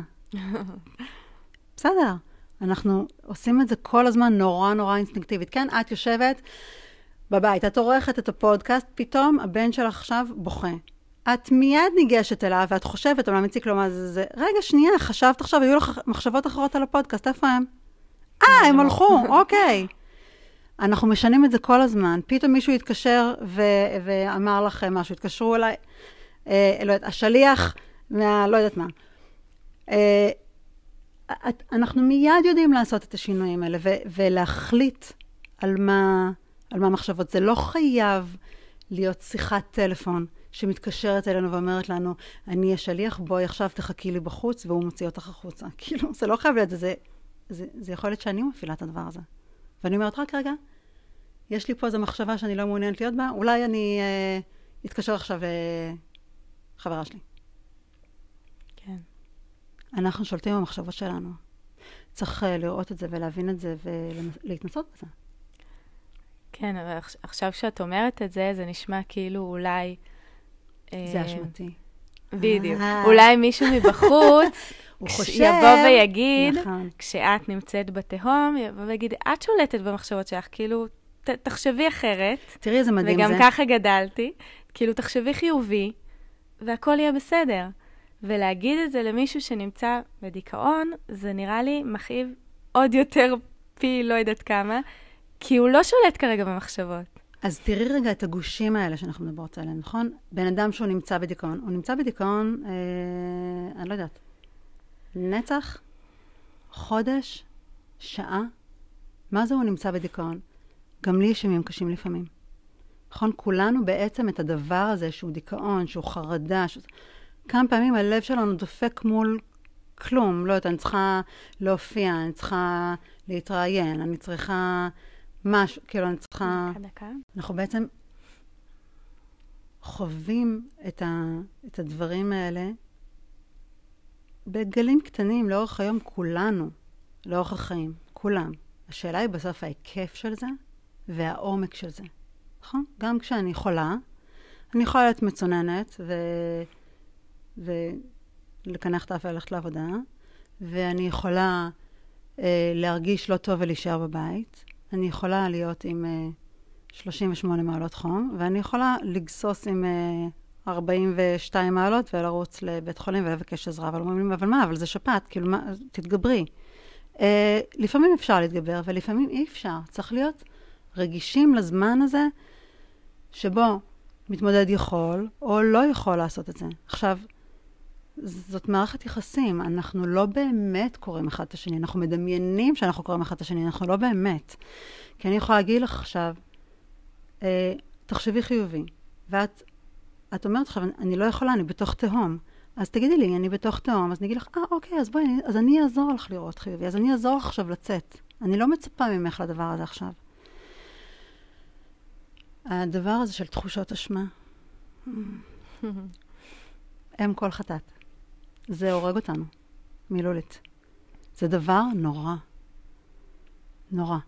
בסדר. אנחנו עושים את זה כל הזמן נורא נורא אינסטינקטיבית. כן, את יושבת בבית, את עורכת את הפודקאסט, פתאום הבן שלך עכשיו בוכה. את מיד ניגשת אליו, ואת חושבת, אולי מציק לו מה זה, זה, רגע, שנייה, חשבת עכשיו, היו לך מחשבות אחרות על הפודקאסט, איפה הם? אה, הם הלכו, אוקיי. אנחנו משנים את זה כל הזמן. פתאום מישהו התקשר ו- ואמר לכם משהו, התקשרו אליי, אה, לא יודעת, השליח, מה, לא יודעת מה. אה, את, אנחנו מיד יודעים לעשות את השינויים האלה, ו- ולהחליט על מה, על מה מחשבות. זה לא חייב להיות שיחת טלפון, שמתקשרת אלינו ואומרת לנו, אני השליח, בואי עכשיו תחכי לי בחוץ, והוא מוציא אותך החוצה. כאילו, זה לא חייב להיות, זה, זה, זה יכול להיות שאני מפעילה את הדבר הזה. ואני אומרת, רק רגע, יש לי פה איזו מחשבה שאני לא מעוניינת להיות בה, אולי אני אה, אתקשר עכשיו אה, חברה שלי.
כן.
אנחנו שולטים במחשבות שלנו. צריך אה, לראות את זה ולהבין את זה ולהתנסות בזה.
כן, אבל עכשיו שאת אומרת את זה, זה נשמע כאילו אולי...
זה אשמתי.
בדיוק. אולי מישהו מבחוץ
הוא חושב...
יבוא ויגיד,
נכון.
כשאת נמצאת בתהום, יבוא ויגיד, את שולטת במחשבות שלך, כאילו, ת, תחשבי אחרת.
תראי איזה מדהים
וגם
זה.
ככה גדלתי, כאילו, תחשבי חיובי, והכל יהיה בסדר. ולהגיד את זה למישהו שנמצא בדיכאון, זה נראה לי מכאיב עוד יותר פי לא יודעת כמה, כי הוא לא שולט כרגע במחשבות.
אז תראי רגע את הגושים האלה שאנחנו מדברות עליהם, נכון? בן אדם שהוא נמצא בדיכאון, הוא נמצא בדיכאון, אה, אני לא יודעת, נצח, חודש, שעה, מה זה הוא נמצא בדיכאון? גם לי יש ימים קשים לפעמים. נכון? כולנו בעצם את הדבר הזה שהוא דיכאון, שהוא חרדה, שהוא... כמה פעמים הלב שלנו דופק מול כלום, לא יודעת, אני צריכה להופיע, אני צריכה להתראיין, אני צריכה... משהו, כאילו אני צריכה...
דקה, דקה.
אנחנו בעצם חווים את, ה, את הדברים האלה בגלים קטנים לאורך היום כולנו, לאורך החיים, כולם. השאלה היא בסוף ההיקף של זה והעומק של זה. נכון? גם כשאני חולה, אני יכולה להיות מצוננת ו... ולקנח את האף וללכת לעבודה, ואני יכולה אה, להרגיש לא טוב ולהישאר בבית. אני יכולה להיות עם uh, שלושים ושמונה מעלות חום, ואני יכולה לגסוס עם uh, ארבעים ושתיים מעלות ולרוץ לבית חולים ולבקש עזרה. אבל אומרים לי, אבל מה? אבל זה שפעת, כאילו, מה, תתגברי. Uh, לפעמים אפשר להתגבר, ולפעמים אי אפשר. צריך להיות רגישים לזמן הזה, שבו מתמודד יכול או לא יכול לעשות את זה. עכשיו, זאת מערכת יחסים. אנחנו לא באמת קוראים אחד את השני. אנחנו מדמיינים שאנחנו קוראים אחד את השני. אנחנו לא באמת. כי אני יכולה להגיד לך עכשיו, אה, תחשבי חיובי. ואת את אומרת עכשיו, אני לא יכולה, אני בתוך תהום. אז תגידי לי, אני בתוך תהום. אז אני אגיד לך, אה, אוקיי, אז בואי, אני, אז אני אעזור לך לראות חיובי. אז אני אעזור לך עכשיו לצאת. אני לא מצפה ממך לדבר הזה עכשיו. הדבר הזה של תחושות אשמה. הם כל חטאת. זה הורג אותנו, מילולית. זה דבר נורא. נורא.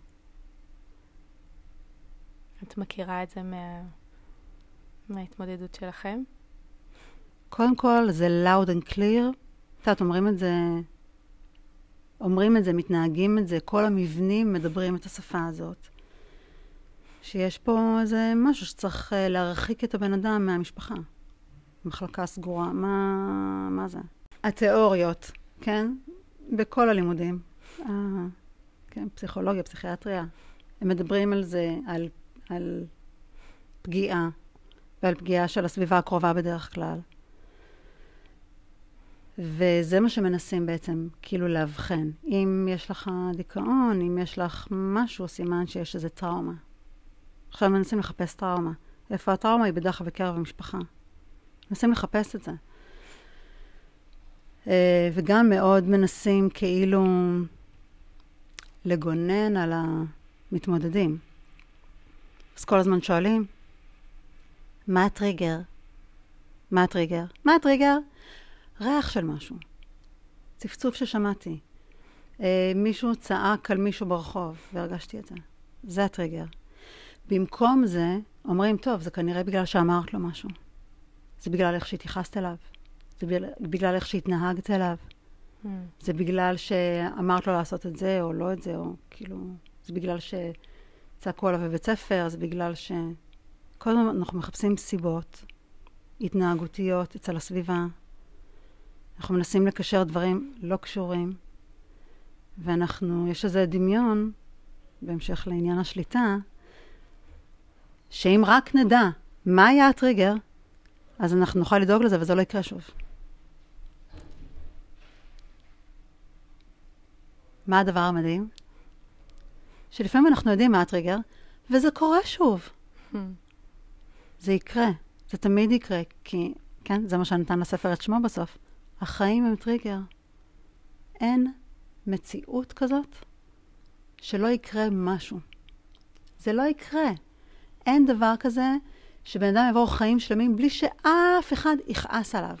את מכירה את זה מה... מההתמודדות שלכם?
קודם כל, זה loud and clear. את אומרים את זה, אומרים את זה, מתנהגים את זה, כל המבנים מדברים את השפה הזאת. שיש פה איזה משהו שצריך להרחיק את הבן אדם מהמשפחה. מחלקה סגורה. מה, מה זה? התיאוריות, כן? בכל הלימודים. אה, כן, פסיכולוגיה, פסיכיאטריה. הם מדברים על זה, על, על פגיעה, ועל פגיעה של הסביבה הקרובה בדרך כלל. וזה מה שמנסים בעצם, כאילו להבחן. אם יש לך דיכאון, אם יש לך משהו, סימן שיש איזה טראומה. עכשיו מנסים לחפש טראומה. איפה הטראומה היא בדרך כלל בקרב המשפחה. מנסים לחפש את זה. וגם מאוד מנסים כאילו לגונן על המתמודדים. אז כל הזמן שואלים, מה הטריגר? מה הטריגר? מה הטריגר? ריח של משהו. צפצוף ששמעתי. אה, מישהו צעק על מישהו ברחוב, והרגשתי את זה. זה הטריגר. במקום זה, אומרים, טוב, זה כנראה בגלל שאמרת לו משהו. זה בגלל איך שהתייחסת אליו. זה בגלל, בגלל איך שהתנהגת אליו. Mm. זה בגלל שאמרת לו לעשות את זה, או לא את זה, או כאילו... זה בגלל שצעקו עליו בבית ספר, זה בגלל ש... כל הזמן אנחנו מחפשים סיבות התנהגותיות אצל הסביבה. אנחנו מנסים לקשר דברים לא קשורים, ואנחנו, יש איזה דמיון, בהמשך לעניין השליטה, שאם רק נדע מה היה הטריגר, אז אנחנו נוכל לדאוג לזה, וזה לא יקרה שוב. מה הדבר המדהים? שלפעמים אנחנו יודעים מה הטריגר, וזה קורה שוב. זה יקרה, זה תמיד יקרה, כי, כן, זה מה שנתן לספר את שמו בסוף. החיים הם טריגר. אין מציאות כזאת שלא יקרה משהו. זה לא יקרה. אין דבר כזה שבן אדם יעבור חיים שלמים בלי שאף אחד יכעס עליו.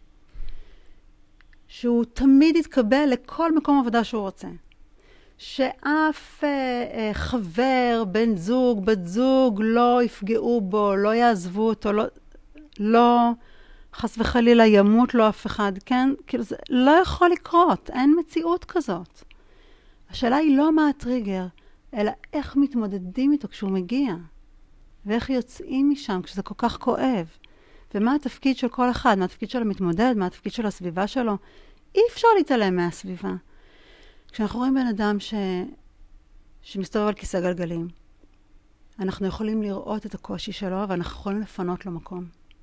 שהוא תמיד יתקבל לכל מקום עבודה שהוא רוצה. שאף אה, אה, חבר, בן זוג, בת זוג, לא יפגעו בו, לא יעזבו אותו, לא, לא חס וחלילה ימות לו אף אחד, כן? כאילו זה לא יכול לקרות, אין מציאות כזאת. השאלה היא לא מה הטריגר, אלא איך מתמודדים איתו כשהוא מגיע. ואיך יוצאים משם כשזה כל כך כואב. ומה התפקיד של כל אחד, מה התפקיד של המתמודד, מה התפקיד של הסביבה שלו. אי אפשר להתעלם מהסביבה. כשאנחנו רואים בן אדם ש... שמסתובב על כיסא גלגלים, אנחנו יכולים לראות את הקושי שלו, ואנחנו יכולים לפנות לו מקום.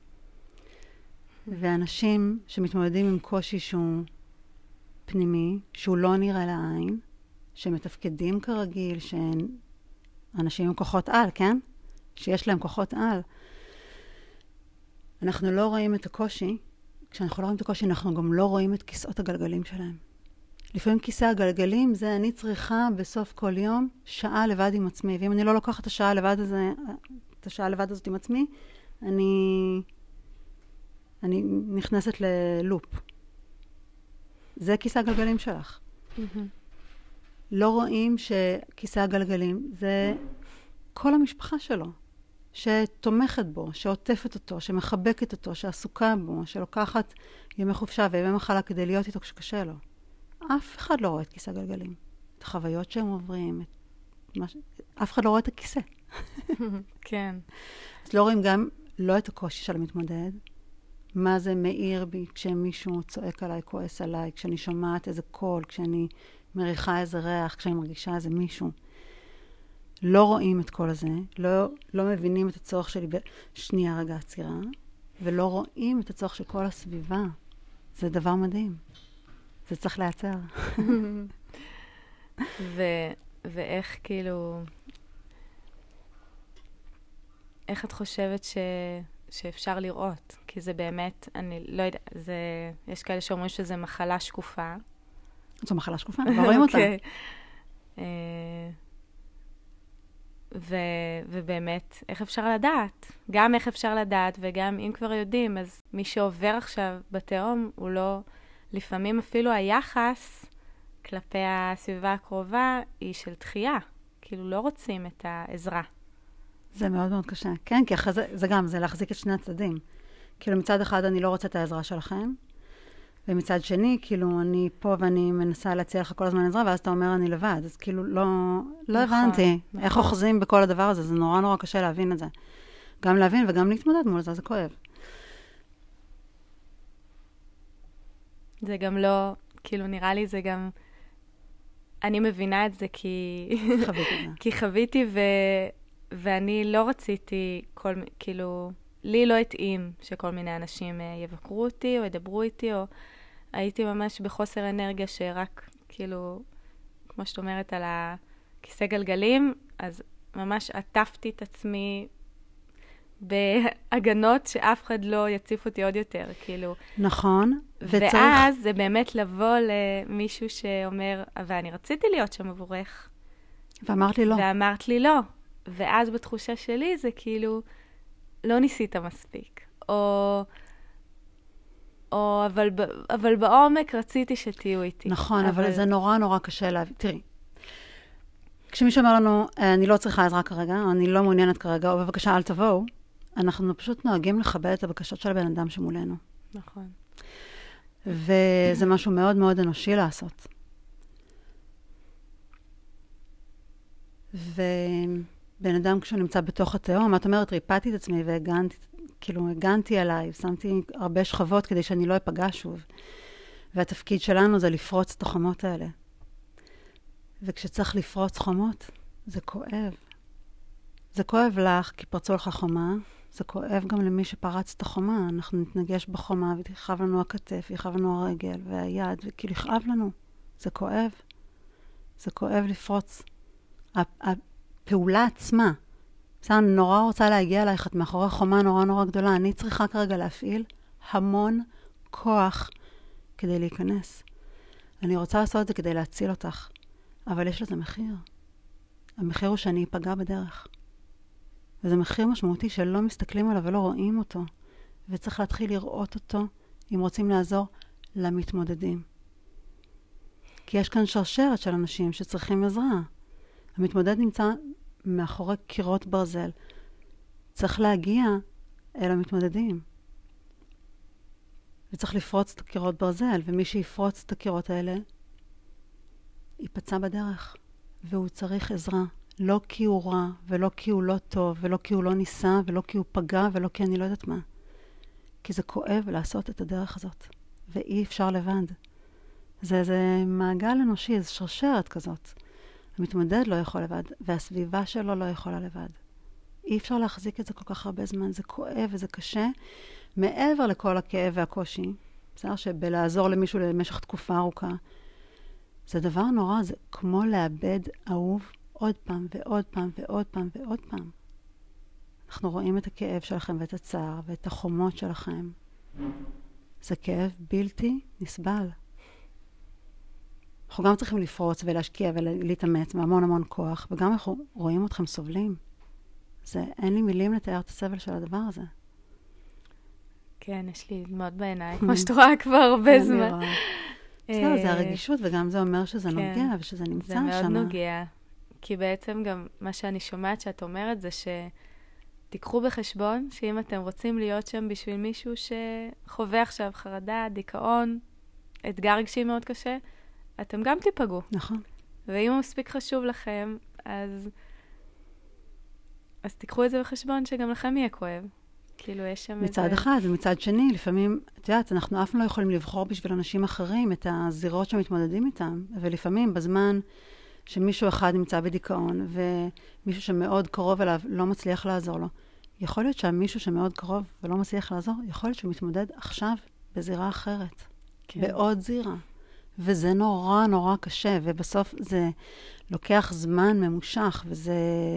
ואנשים שמתמודדים עם קושי שהוא פנימי, שהוא לא נראה לעין, שמתפקדים כרגיל, שאנשים עם כוחות על, כן? שיש להם כוחות על. אנחנו לא רואים את הקושי. כשאנחנו לא רואים את הקושי, אנחנו גם לא רואים את כיסאות הגלגלים שלהם. לפעמים כיסא הגלגלים זה אני צריכה בסוף כל יום שעה לבד עם עצמי. ואם אני לא לוקחת את השעה לבד הזה, את השעה לבד הזאת עם עצמי, אני, אני נכנסת ללופ. זה כיסא הגלגלים שלך. Mm-hmm. לא רואים שכיסא הגלגלים זה כל המשפחה שלו, שתומכת בו, שעוטפת אותו, שמחבקת אותו, שעסוקה בו, שלוקחת ימי חופשה וימי מחלה כדי להיות איתו כשקשה לו. אף אחד לא רואה את כיסא הגלגלים. את החוויות שהם עוברים, את מה ש... אף אחד לא רואה את הכיסא.
כן.
אז לא רואים גם לא את הקושי של המתמודד, מה זה מאיר בי כשמישהו צועק עליי, כועס עליי, כשאני שומעת איזה קול, כשאני מריחה איזה ריח, כשאני מרגישה איזה מישהו. לא רואים את כל הזה, לא, לא מבינים את הצורך שלי בשנייה רגע עצירה, ולא רואים את הצורך של כל הסביבה. זה דבר מדהים. זה צריך לעצר.
ו- ואיך כאילו... איך את חושבת ש... שאפשר לראות? כי זה באמת, אני לא יודע, זה... יש כאלה שאומרים שזה מחלה שקופה.
זו מחלה שקופה, לא רואים אותה.
אה... ו... ובאמת, איך אפשר לדעת? גם איך אפשר לדעת, וגם אם כבר יודעים, אז מי שעובר עכשיו בתהום, הוא לא... לפעמים אפילו היחס כלפי הסביבה הקרובה היא של דחייה. כאילו לא רוצים את העזרה.
זה מאוד מאוד קשה. כן, כי אחרי זה, זה גם, זה להחזיק את שני הצדדים. כאילו מצד אחד אני לא רוצה את העזרה שלכם, ומצד שני, כאילו אני פה ואני מנסה להציע לך כל הזמן עזרה, ואז אתה אומר אני לבד. אז כאילו לא, לא נכון, הבנתי נכון. איך אוחזים בכל הדבר הזה. זה נורא נורא קשה להבין את זה. גם להבין וגם להתמודד מול זה, זה כואב.
זה גם לא, כאילו נראה לי זה גם, אני מבינה את זה כי
חוויתי,
כי חוויתי ו... ואני לא רציתי, כל... כאילו, לי לא התאים שכל מיני אנשים יבקרו אותי או ידברו איתי, או הייתי ממש בחוסר אנרגיה שרק, כאילו, כמו שאת אומרת על הכיסא גלגלים, אז ממש עטפתי את עצמי בהגנות שאף אחד לא יציף אותי עוד יותר, כאילו.
נכון.
וצריך... ואז זה באמת לבוא למישהו שאומר, ואני רציתי להיות שם עבורך.
ואמרת לי לא.
ואמרת לי לא. ואז בתחושה שלי זה כאילו, לא ניסית מספיק. או, או אבל, אבל בעומק רציתי שתהיו איתי.
נכון, אבל, אבל זה נורא נורא קשה להביא. תראי, כשמישהו אומר לנו, אני לא צריכה עזרה כרגע, או אני לא מעוניינת כרגע, או בבקשה אל תבואו, אנחנו פשוט נוהגים לכבד את הבקשות של הבן אדם שמולנו.
נכון.
וזה משהו מאוד מאוד אנושי לעשות. ובן אדם כשהוא נמצא בתוך התהום, את אומרת, ריפאתי את עצמי והגנתי, כאילו הגנתי עליי, שמתי הרבה שכבות כדי שאני לא אפגע שוב. והתפקיד שלנו זה לפרוץ את החומות האלה. וכשצריך לפרוץ חומות, זה כואב. זה כואב לך כי פרצו לך חומה, זה כואב גם למי שפרץ את החומה. אנחנו נתנגש בחומה ויכאב לנו הכתף, יכאב לנו הרגל והיד, וכאילו יכאב לנו. זה כואב. זה כואב לפרוץ. הפעולה עצמה, בסדר, אני נורא רוצה להגיע אלייך, את מאחורי חומה נורא נורא גדולה, אני צריכה כרגע להפעיל המון כוח כדי להיכנס. אני רוצה לעשות את זה כדי להציל אותך, אבל יש לזה מחיר. המחיר הוא שאני אפגע בדרך. וזה מחיר משמעותי שלא מסתכלים עליו ולא רואים אותו, וצריך להתחיל לראות אותו אם רוצים לעזור למתמודדים. כי יש כאן שרשרת של אנשים שצריכים עזרה. המתמודד נמצא מאחורי קירות ברזל. צריך להגיע אל המתמודדים. וצריך לפרוץ את הקירות ברזל, ומי שיפרוץ את הקירות האלה, ייפצע בדרך. והוא צריך עזרה. לא כי הוא רע, ולא כי הוא לא טוב, ולא כי הוא לא ניסה, ולא כי הוא פגע, ולא כי אני לא יודעת מה. כי זה כואב לעשות את הדרך הזאת. ואי אפשר לבד. זה, זה מעגל אנושי, זה שרשרת כזאת. המתמודד לא יכול לבד, והסביבה שלו לא יכולה לבד. אי אפשר להחזיק את זה כל כך הרבה זמן, זה כואב וזה קשה. מעבר לכל הכאב והקושי, בסדר שבלעזור למישהו למשך תקופה ארוכה, זה דבר נורא, זה כמו לאבד אהוב עוד פעם ועוד פעם ועוד פעם ועוד פעם. אנחנו רואים את הכאב שלכם ואת הצער ואת החומות שלכם. זה כאב בלתי נסבל. אנחנו גם צריכים לפרוץ ולהשקיע ולהתאמץ מהמון המון כוח, וגם אנחנו רואים אתכם סובלים. זה, אין לי מילים לתאר את הסבל של הדבר הזה.
כן, יש לי דמעות בעיניי, כמו שאת רואה כבר הרבה זמן.
בסדר, זה הרגישות, וגם זה אומר שזה נוגע ושזה נמצא שם.
זה מאוד נוגע, כי בעצם גם מה שאני שומעת שאת אומרת זה שתיקחו בחשבון שאם אתם רוצים להיות שם בשביל מישהו שחווה עכשיו חרדה, דיכאון, אתגר רגשי מאוד קשה, אתם גם תיפגעו.
נכון.
ואם הוא מספיק חשוב לכם, אז, אז תיקחו את זה בחשבון שגם לכם יהיה כואב. כאילו יש שם
מצד
איזה...
אחד, ומצד שני, לפעמים, את יודעת, אנחנו אף פעם לא יכולים לבחור בשביל אנשים אחרים את הזירות שמתמודדים איתם, ולפעמים בזמן שמישהו אחד נמצא בדיכאון, ומישהו שמאוד קרוב אליו לא מצליח לעזור לו, יכול להיות שהמישהו שמאוד קרוב ולא מצליח לעזור, יכול להיות שהוא מתמודד עכשיו בזירה אחרת, כן. בעוד זירה. וזה נורא נורא קשה, ובסוף זה לוקח זמן ממושך, וזה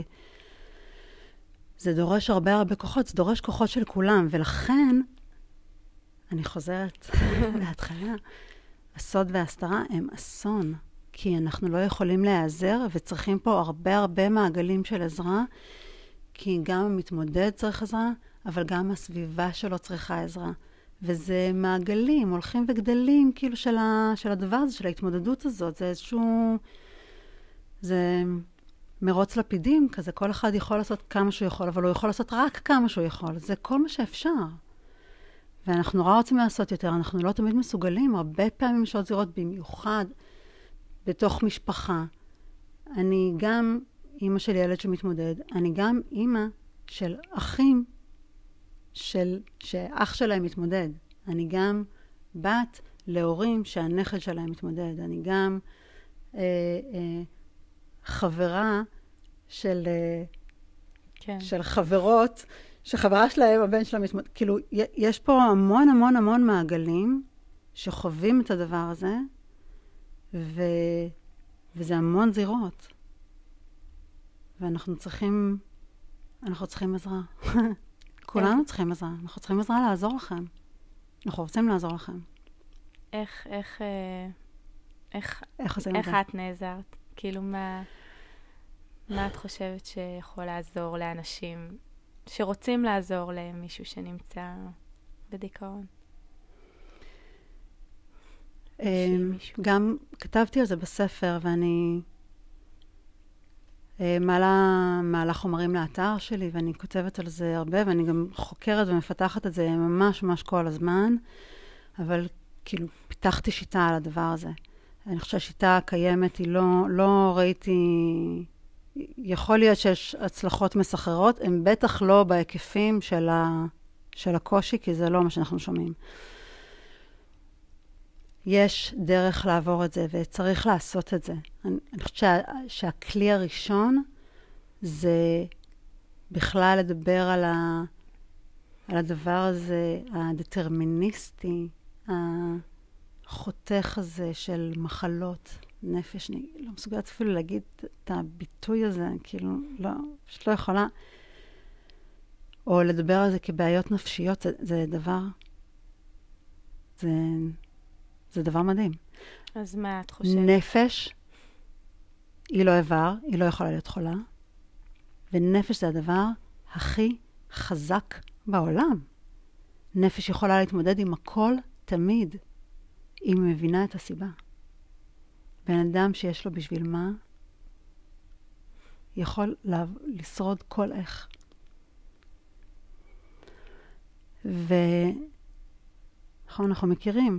זה דורש הרבה הרבה כוחות, זה דורש כוחות של כולם, ולכן, אני חוזרת להתחלה, הסוד וההסתרה הם אסון, כי אנחנו לא יכולים להיעזר, וצריכים פה הרבה הרבה מעגלים של עזרה, כי גם המתמודד צריך עזרה, אבל גם הסביבה שלו צריכה עזרה. וזה מעגלים, הולכים וגדלים, כאילו של, ה, של הדבר הזה, של ההתמודדות הזאת. זה איזשהו, זה מרוץ לפידים כזה, כל אחד יכול לעשות כמה שהוא יכול, אבל הוא יכול לעשות רק כמה שהוא יכול. זה כל מה שאפשר. ואנחנו נורא רוצים לעשות יותר, אנחנו לא תמיד מסוגלים, הרבה פעמים יש עוד זירות במיוחד, בתוך משפחה. אני גם אימא של ילד שמתמודד, אני גם אימא של אחים, של, שאח שלהם מתמודד. אני גם בת להורים שהנכד שלהם מתמודד. אני גם אה, אה, חברה של, אה,
כן.
של חברות, שחברה שלהם, הבן שלהם מתמודד. כאילו, יש פה המון המון המון מעגלים שחווים את הדבר הזה, ו, וזה המון זירות. ואנחנו צריכים, אנחנו צריכים עזרה. כולנו צריכים עזרה. אנחנו צריכים עזרה לעזור לכם. אנחנו רוצים לעזור לכם.
איך, איך, איך,
איך,
איך את נעזרת? כאילו, מה, מה את חושבת שיכול לעזור לאנשים שרוצים לעזור למישהו שנמצא בדיכאון? מישהו.
גם כתבתי על זה בספר, ואני מעלה, מעלה חומרים לאתר שלי, ואני כותבת על זה הרבה, ואני גם חוקרת ומפתחת את זה ממש ממש כל הזמן, אבל כאילו פיתחתי שיטה על הדבר הזה. אני חושבת שהשיטה הקיימת היא לא, לא ראיתי, יכול להיות שיש הצלחות מסחררות, הן בטח לא בהיקפים של, ה, של הקושי, כי זה לא מה שאנחנו שומעים. יש דרך לעבור את זה, וצריך לעשות את זה. אני, אני חושבת שה, שהכלי הראשון זה בכלל לדבר על, ה, על הדבר הזה, הדטרמיניסטי, החותך הזה של מחלות נפש. אני לא מסוגלת אפילו להגיד את הביטוי הזה, כאילו, לא, פשוט לא יכולה. או לדבר על זה כבעיות נפשיות, זה, זה דבר, זה... זה דבר מדהים.
אז מה את חושבת?
נפש, היא לא איבר, היא לא יכולה להיות חולה, ונפש זה הדבר הכי חזק בעולם. נפש יכולה להתמודד עם הכל תמיד, אם היא מבינה את הסיבה. בן אדם שיש לו בשביל מה, יכול לשרוד כל איך. ונכון, אנחנו מכירים,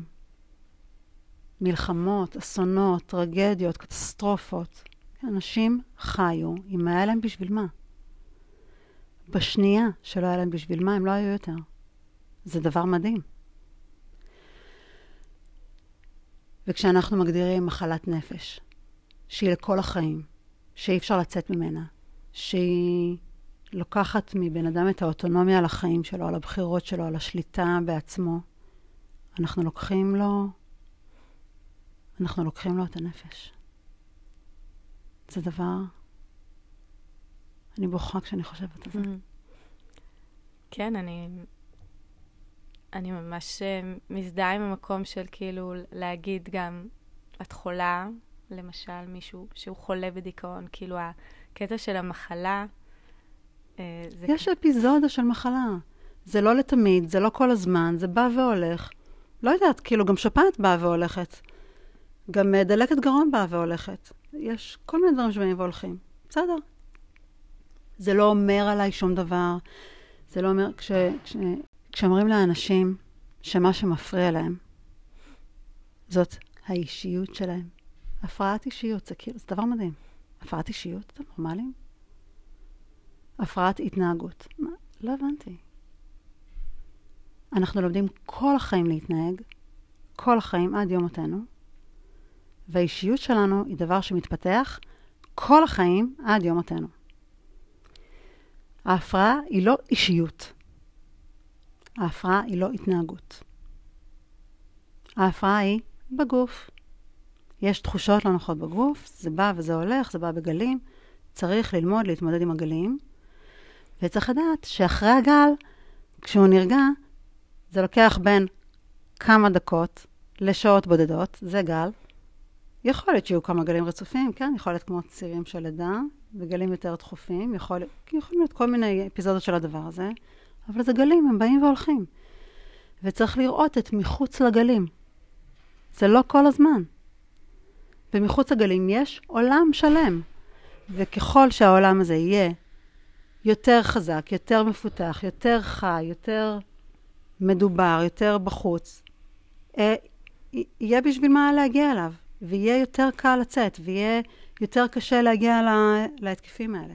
מלחמות, אסונות, טרגדיות, קטסטרופות. אנשים חיו, אם היה להם בשביל מה. בשנייה שלא היה להם בשביל מה, הם לא היו יותר. זה דבר מדהים. וכשאנחנו מגדירים מחלת נפש, שהיא לכל החיים, שאי אפשר לצאת ממנה, שהיא לוקחת מבן אדם את האוטונומיה על החיים שלו, על הבחירות שלו, על השליטה בעצמו, אנחנו לוקחים לו אנחנו לוקחים לו את הנפש. זה דבר... אני בוכה כשאני חושבת על זה.
כן, אני... אני ממש מזדהה עם המקום של כאילו להגיד גם, את חולה, למשל מישהו שהוא חולה בדיכאון, כאילו הקטע של המחלה...
יש כ... אפיזודה של מחלה. זה לא לתמיד, זה לא כל הזמן, זה בא והולך. לא יודעת, כאילו גם שפעת באה והולכת. גם דלקת גרון באה והולכת. יש כל מיני דברים שבאים והולכים. בסדר. זה לא אומר עליי שום דבר. זה לא אומר... כש, כש, כשאומרים לאנשים שמה שמפריע להם, זאת האישיות שלהם. הפרעת אישיות, זה כאילו, זה דבר מדהים. הפרעת אישיות, אתם נורמליים? הפרעת התנהגות. מה? לא הבנתי. אנחנו לומדים כל החיים להתנהג, כל החיים עד יום מותנו, והאישיות שלנו היא דבר שמתפתח כל החיים עד יום מותנו. ההפרעה היא לא אישיות. ההפרעה היא לא התנהגות. ההפרעה היא בגוף. יש תחושות לא נוחות בגוף, זה בא וזה הולך, זה בא בגלים. צריך ללמוד להתמודד עם הגלים. וצריך לדעת שאחרי הגל, כשהוא נרגע, זה לוקח בין כמה דקות לשעות בודדות, זה גל. יכול להיות שיהיו כמה גלים רצופים, כן? יכול להיות כמו צירים של לידה, וגלים יותר דחופים, יכול, יכול להיות כל מיני אפיזודות של הדבר הזה, אבל זה גלים, הם באים והולכים. וצריך לראות את מחוץ לגלים. זה לא כל הזמן. ומחוץ לגלים יש עולם שלם. וככל שהעולם הזה יהיה יותר חזק, יותר מפותח, יותר חי, יותר מדובר, יותר בחוץ, יהיה בשביל מה להגיע אליו. ויהיה יותר קל לצאת, ויהיה יותר קשה להגיע לה, להתקפים האלה.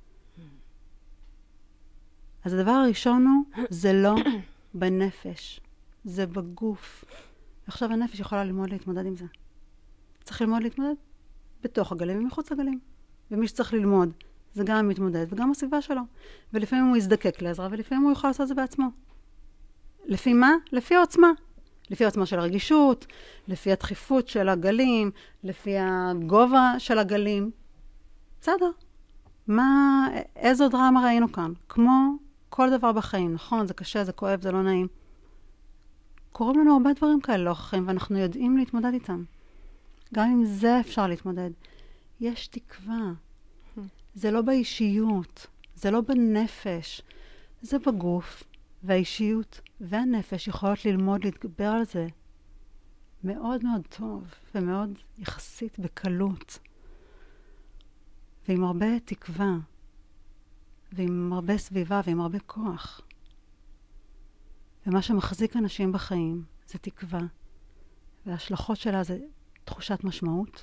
אז הדבר הראשון הוא, זה לא בנפש, זה בגוף. עכשיו הנפש יכולה ללמוד להתמודד עם זה. צריך ללמוד להתמודד בתוך הגלים ומחוץ לגלים. ומי שצריך ללמוד, זה גם המתמודד וגם הסביבה שלו. ולפעמים הוא יזדקק לעזרה, ולפעמים הוא יוכל לעשות את זה בעצמו. לפי מה? לפי העוצמה. לפי העוצמה של הרגישות, לפי הדחיפות של הגלים, לפי הגובה של הגלים. בסדר. מה, איזו דרמה ראינו כאן? כמו כל דבר בחיים, נכון? זה קשה, זה כואב, זה לא נעים. קוראים לנו הרבה דברים כאלה לא חיים, ואנחנו יודעים להתמודד איתם. גם עם זה אפשר להתמודד. יש תקווה. זה לא באישיות, זה לא בנפש, זה בגוף. והאישיות והנפש יכולות ללמוד להתגבר על זה. מאוד מאוד טוב, ומאוד יחסית בקלות, ועם הרבה תקווה, ועם הרבה סביבה, ועם הרבה כוח. ומה שמחזיק אנשים בחיים זה תקווה, וההשלכות שלה זה תחושת משמעות,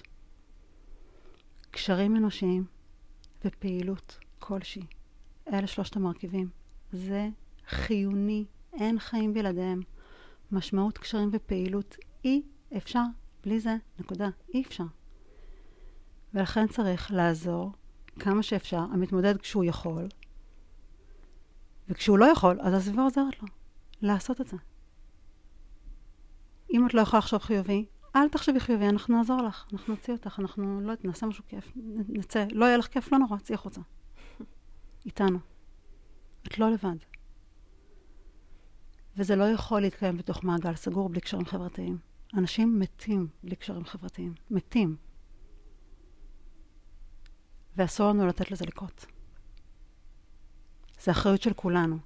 קשרים אנושיים ופעילות כלשהי. אלה שלושת המרכיבים. זה חיוני, אין חיים בלעדיהם. משמעות, קשרים ופעילות אי אפשר, בלי זה, נקודה, אי אפשר. ולכן צריך לעזור כמה שאפשר, המתמודד כשהוא יכול, וכשהוא לא יכול, אז הסביבה עוזרת לו לעשות את זה. אם את לא יכולה לחשוב חיובי, אל תחשבי חיובי, אנחנו נעזור לך, אנחנו נוציא אותך, אנחנו לא נעשה משהו כיף, נצא, לא יהיה לך כיף, לא נורא, צאי החוצה. איתנו. את לא לבד. וזה לא יכול להתקיים בתוך מעגל סגור בלי קשרים חברתיים. אנשים מתים בלי קשרים חברתיים. מתים. ואסור לנו לתת לזה לקרות. זה אחריות של כולנו.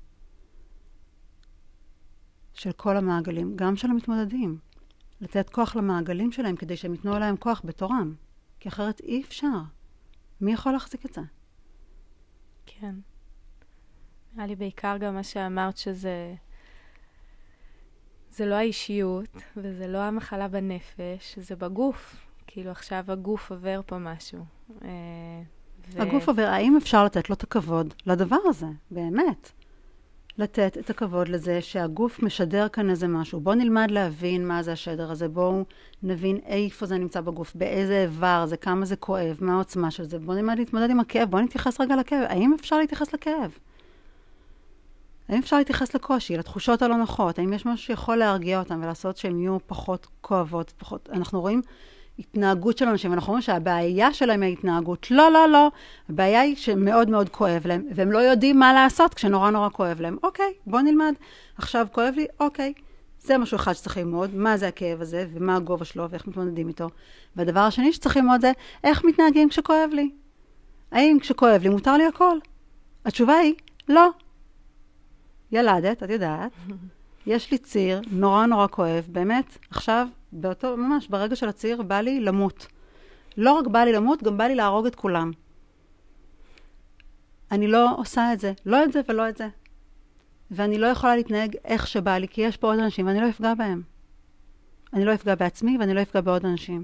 של כל המעגלים, גם של המתמודדים. לתת כוח למעגלים שלהם כדי שהם ייתנו עליהם כוח בתורם. כי אחרת אי אפשר. מי יכול להחזיק את זה?
כן. נראה לי בעיקר גם מה שאמרת שזה זה לא האישיות, וזה לא המחלה בנפש, זה בגוף. כאילו עכשיו הגוף עובר פה משהו. ו...
הגוף עובר, האם אפשר לתת לו את הכבוד לדבר הזה? באמת. לתת את הכבוד לזה שהגוף משדר כאן איזה משהו. בואו נלמד להבין מה זה השדר הזה. בואו נבין איפה זה נמצא בגוף, באיזה איבר זה, כמה זה כואב, מה העוצמה של זה. בואו נלמד להתמודד עם הכאב. בואו נתייחס רגע לכאב. האם אפשר להתייחס לכאב? האם אפשר להתייחס לקושי, לתחושות הלא נוחות? האם יש משהו שיכול להרגיע אותם ולעשות שהם יהיו פחות כואבות? פחות... אנחנו רואים התנהגות של אנשים, ואנחנו רואים שהבעיה שלהם היא התנהגות. לא, לא, לא. הבעיה היא שמאוד מאוד כואב להם, והם לא יודעים מה לעשות כשנורא נורא כואב להם. אוקיי, בוא נלמד. עכשיו כואב לי, אוקיי. זה משהו אחד שצריך ללמוד, מה זה הכאב הזה, ומה הגובה שלו, ואיך מתמודדים איתו. והדבר השני שצריך ללמוד זה, איך מתנהגים כשכואב לי? האם כשכואב לי מותר לי הכל? התשובה היא, לא. ילדת, את יודעת, יש לי ציר נורא נורא כואב, באמת, עכשיו, באותו, ממש, ברגע של הציר, בא לי למות. לא רק בא לי למות, גם בא לי להרוג את כולם. אני לא עושה את זה, לא את זה ולא את זה. ואני לא יכולה להתנהג איך שבא לי, כי יש פה עוד אנשים, ואני לא אפגע בהם. אני לא אפגע בעצמי, ואני לא אפגע בעוד אנשים.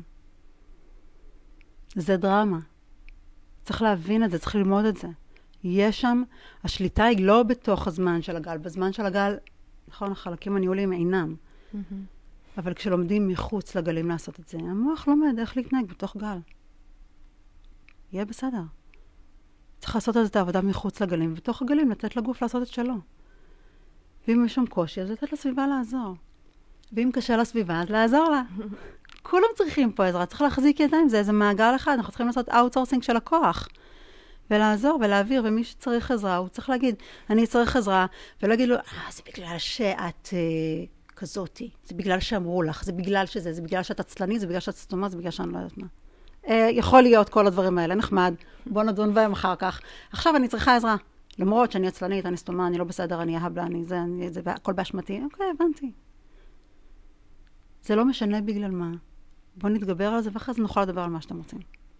זה דרמה. צריך להבין את זה, צריך ללמוד את זה. יש שם, השליטה היא לא בתוך הזמן של הגל. בזמן של הגל, נכון, החלקים הניהוליים אינם. Mm-hmm. אבל כשלומדים מחוץ לגלים לעשות את זה, המוח לומד איך להתנהג בתוך גל. יהיה בסדר. צריך לעשות את העבודה מחוץ לגלים, ובתוך הגלים לתת לגוף לעשות את שלו. ואם יש שם קושי, אז לתת לסביבה לעזור. ואם קשה לסביבה, אז לעזור לה. כולם צריכים פה עזרה, צריך להחזיק ידיים, זה איזה מעגל אחד, אנחנו צריכים לעשות אאוטסורסינג של הכוח. ולעזור ולהעביר, ומי שצריך עזרה, הוא צריך להגיד, אני צריך עזרה, ולהגיד לו, אה, זה בגלל שאת אה, כזאתי, זה בגלל שאמרו לך, זה בגלל שזה, זה בגלל שאת עצלנית, זה בגלל שאת סתומה, זה בגלל שאני לא יודעת מה. אה, יכול להיות כל הדברים האלה, נחמד, בוא נדון בהם אחר כך. עכשיו אני צריכה עזרה, למרות שאני עצלנית, אני סתומה, אני לא בסדר, אני אהבלה, אני זה, אני, זה, הכל באשמתי, אוקיי, הבנתי. זה לא משנה בגלל מה. בוא נתגבר על זה, ואחרי זה נוכל לדבר על מה שאתם רוצים.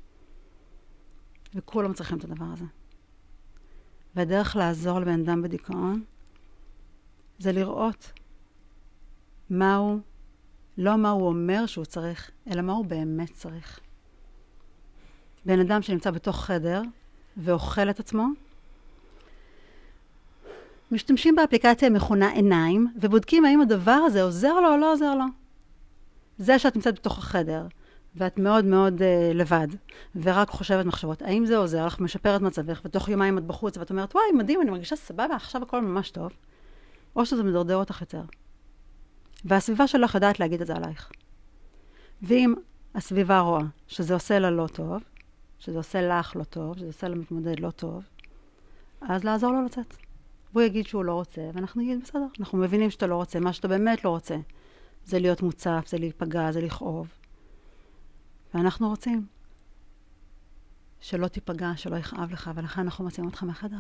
וכולם צריכים את הדבר הזה. והדרך לעזור לבן אדם בדיכאון, זה לראות מה הוא, לא מה הוא אומר שהוא צריך, אלא מה הוא באמת צריך. בן אדם שנמצא בתוך חדר, ואוכל את עצמו, משתמשים באפליקציה מכונה עיניים, ובודקים האם הדבר הזה עוזר לו או לא עוזר לו. זה שאת נמצאת בתוך החדר, ואת מאוד מאוד uh, לבד, ורק חושבת מחשבות, האם זה עוזר לך, משפר את מצבך, ותוך יומיים את בחוץ, ואת אומרת, וואי, מדהים, אני מרגישה סבבה, עכשיו הכל ממש טוב, או שזה מדרדר אותך יותר. והסביבה שלך יודעת להגיד את זה עלייך. ואם הסביבה רואה שזה עושה לה לא טוב, שזה עושה לך לא טוב, שזה עושה למתמודד לא טוב, אז לעזור לו לצאת. והוא יגיד שהוא לא רוצה, ואנחנו נגיד, בסדר, אנחנו מבינים שאתה לא רוצה, מה שאתה באמת לא רוצה, זה להיות מוצף, זה להיפגע, זה לכאוב. ואנחנו רוצים שלא תיפגע, שלא יכאב לך, ולכן אנחנו מציעים אותך מהחדר.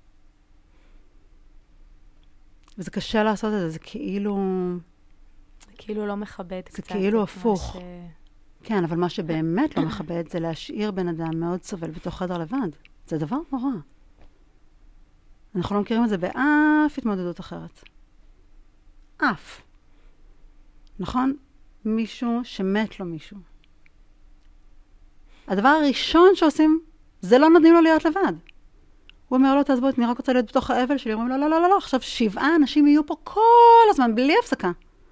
וזה קשה לעשות את זה, זה כאילו...
כאילו לא מכבד
זה
קצת.
כאילו הפוך.
ש...
כן, אבל מה שבאמת לא מכבד זה להשאיר בן אדם מאוד סובל בתוך חדר לבד. זה דבר נורא. אנחנו לא מכירים את זה באף התמודדות אחרת. אף. נכון? מישהו שמת לו מישהו. הדבר הראשון שעושים, זה לא נותנים לו להיות לבד. הוא אומר לו, תעזבו, אני רק רוצה להיות בתוך האבל שלי. אומרים לו, לא, לא, לא, לא, עכשיו שבעה אנשים יהיו פה כל הזמן, בלי הפסקה.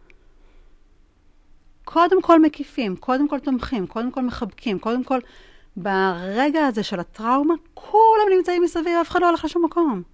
קודם כל מקיפים, קודם כל תומכים, קודם כל מחבקים, קודם כל, ברגע הזה של הטראומה, כולם נמצאים מסביב, אף אחד לא הולך לשום מקום.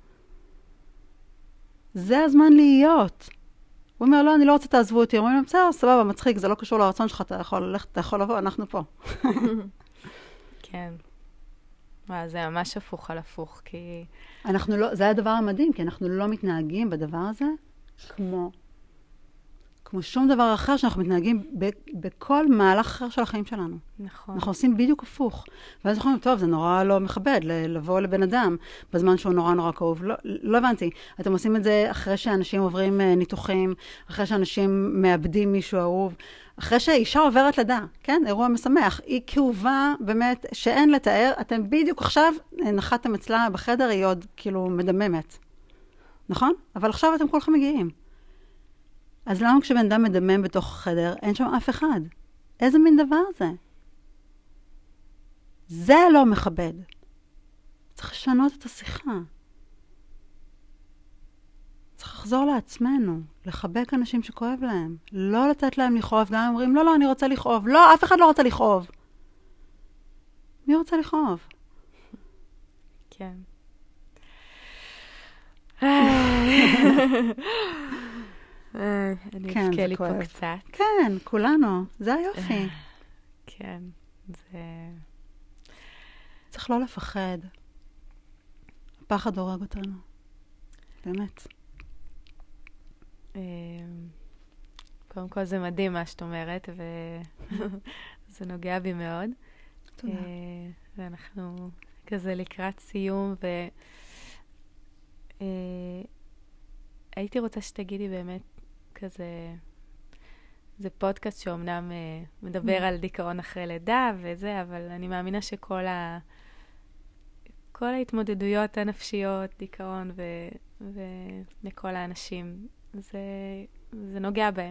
זה הזמן להיות. הוא אומר, לא, אני לא רוצה תעזבו אותי. אומרים לו, בסדר, סבבה, מצחיק, זה לא קשור לרצון שלך, אתה יכול ללכת, אתה יכול לבוא, אנחנו פה.
כן. וואו, זה ממש הפוך על הפוך, כי...
אנחנו לא, זה הדבר המדהים, כי אנחנו לא מתנהגים בדבר הזה כמו, כמו שום דבר אחר שאנחנו מתנהגים ב, בכל מהלך אחר של החיים שלנו.
נכון.
אנחנו עושים בדיוק הפוך. ואז אנחנו אומרים, טוב, זה נורא לא מכבד לבוא לבן אדם בזמן שהוא נורא נורא כאוב. לא, לא הבנתי. אתם עושים את זה אחרי שאנשים עוברים ניתוחים, אחרי שאנשים מאבדים מישהו אהוב, אחרי שהאישה עוברת לידה, כן? אירוע משמח. היא כאובה באמת שאין לתאר. אתם בדיוק עכשיו נחתם אצלה בחדר, היא עוד כאילו מדממת. נכון? אבל עכשיו אתם כולכם מגיעים. אז למה כשבן אדם מדמם בתוך החדר, אין שם אף אחד? איזה מין דבר זה? זה לא מכבד. צריך לשנות את השיחה. צריך לחזור לעצמנו, לחבק אנשים שכואב להם. לא לתת להם לכאוב, גם אומרים, לא, לא, אני רוצה לכאוב. לא, אף אחד לא רוצה לכאוב. מי רוצה לכאוב?
כן. אני אבכה לי פה קצת.
כן, כולנו. זה היופי.
כן, זה...
צריך לא לפחד. הפחד הורג אותנו. באמת.
קודם כל זה מדהים מה שאת אומרת, וזה נוגע בי מאוד.
תודה.
ואנחנו כזה לקראת סיום, והייתי רוצה שתגידי באמת כזה, זה פודקאסט שאומנם מדבר על דיכאון אחרי לידה וזה, אבל אני מאמינה שכל ה... כל ההתמודדויות הנפשיות, דיכאון ו... ולכל האנשים, זה, זה נוגע בהם.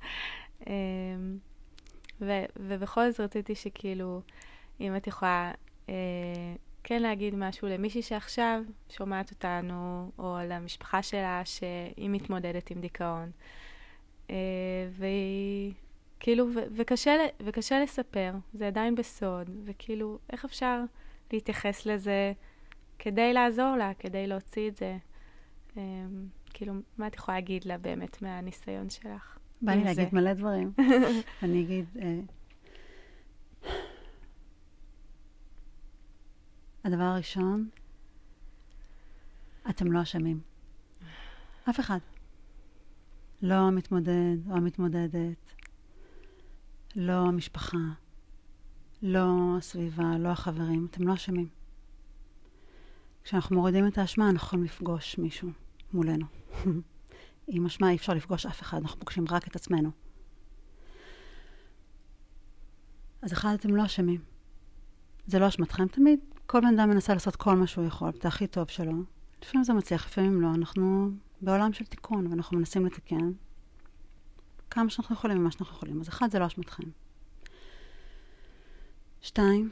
ו... ובכל זאת רציתי שכאילו, אם את יכולה אה, כן להגיד משהו למישהי שעכשיו שומעת אותנו, או למשפחה שלה שהיא מתמודדת עם דיכאון, אה, והיא... כאילו, ו- וקשה, וקשה לספר, זה עדיין בסוד, וכאילו, איך אפשר להתייחס לזה כדי לעזור לה, כדי להוציא את זה? Um, כאילו, מה את יכולה להגיד לה באמת מהניסיון שלך?
בא לי להגיד מלא דברים. אני אגיד, uh, הדבר הראשון, אתם לא אשמים. אף אחד. לא המתמודד או המתמודדת, לא המשפחה, לא הסביבה, לא החברים. אתם לא אשמים. כשאנחנו מורידים את האשמה, אנחנו יכולים לפגוש מישהו מולנו. עם אשמה אי אפשר לפגוש אף אחד, אנחנו פוגשים רק את עצמנו. אז אחד, אתם לא אשמים. זה לא אשמתכם תמיד. כל בן אדם מנסה לעשות כל מה שהוא יכול, את הכי טוב שלו. לפעמים זה מצליח, לפעמים לא. אנחנו בעולם של תיקון, ואנחנו מנסים לתקן כמה שאנחנו יכולים ומה שאנחנו יכולים. אז אחד, זה לא אשמתכם. שתיים,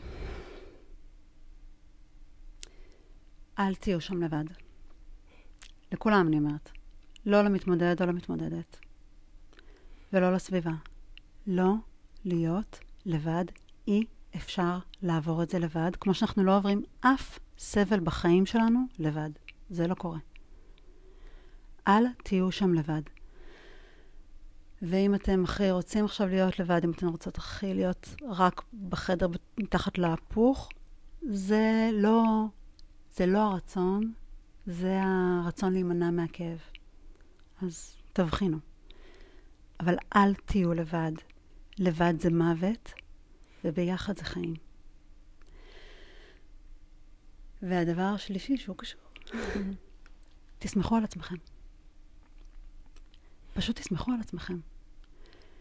אל תהיו שם לבד. לכולם אני אומרת. לא למתמודד או למתמודדת. ולא לסביבה. לא להיות לבד. אי אפשר לעבור את זה לבד, כמו שאנחנו לא עוברים אף סבל בחיים שלנו לבד. זה לא קורה. אל תהיו שם לבד. ואם אתם הכי רוצים עכשיו להיות לבד, אם אתם רוצות הכי להיות רק בחדר מתחת להפוך, זה לא, זה לא הרצון, זה הרצון להימנע מהכאב. אז תבחינו. אבל אל תהיו לבד. לבד זה מוות, וביחד זה חיים. והדבר השלישי שהוא קשור, תסמכו על עצמכם. פשוט תסמכו על עצמכם.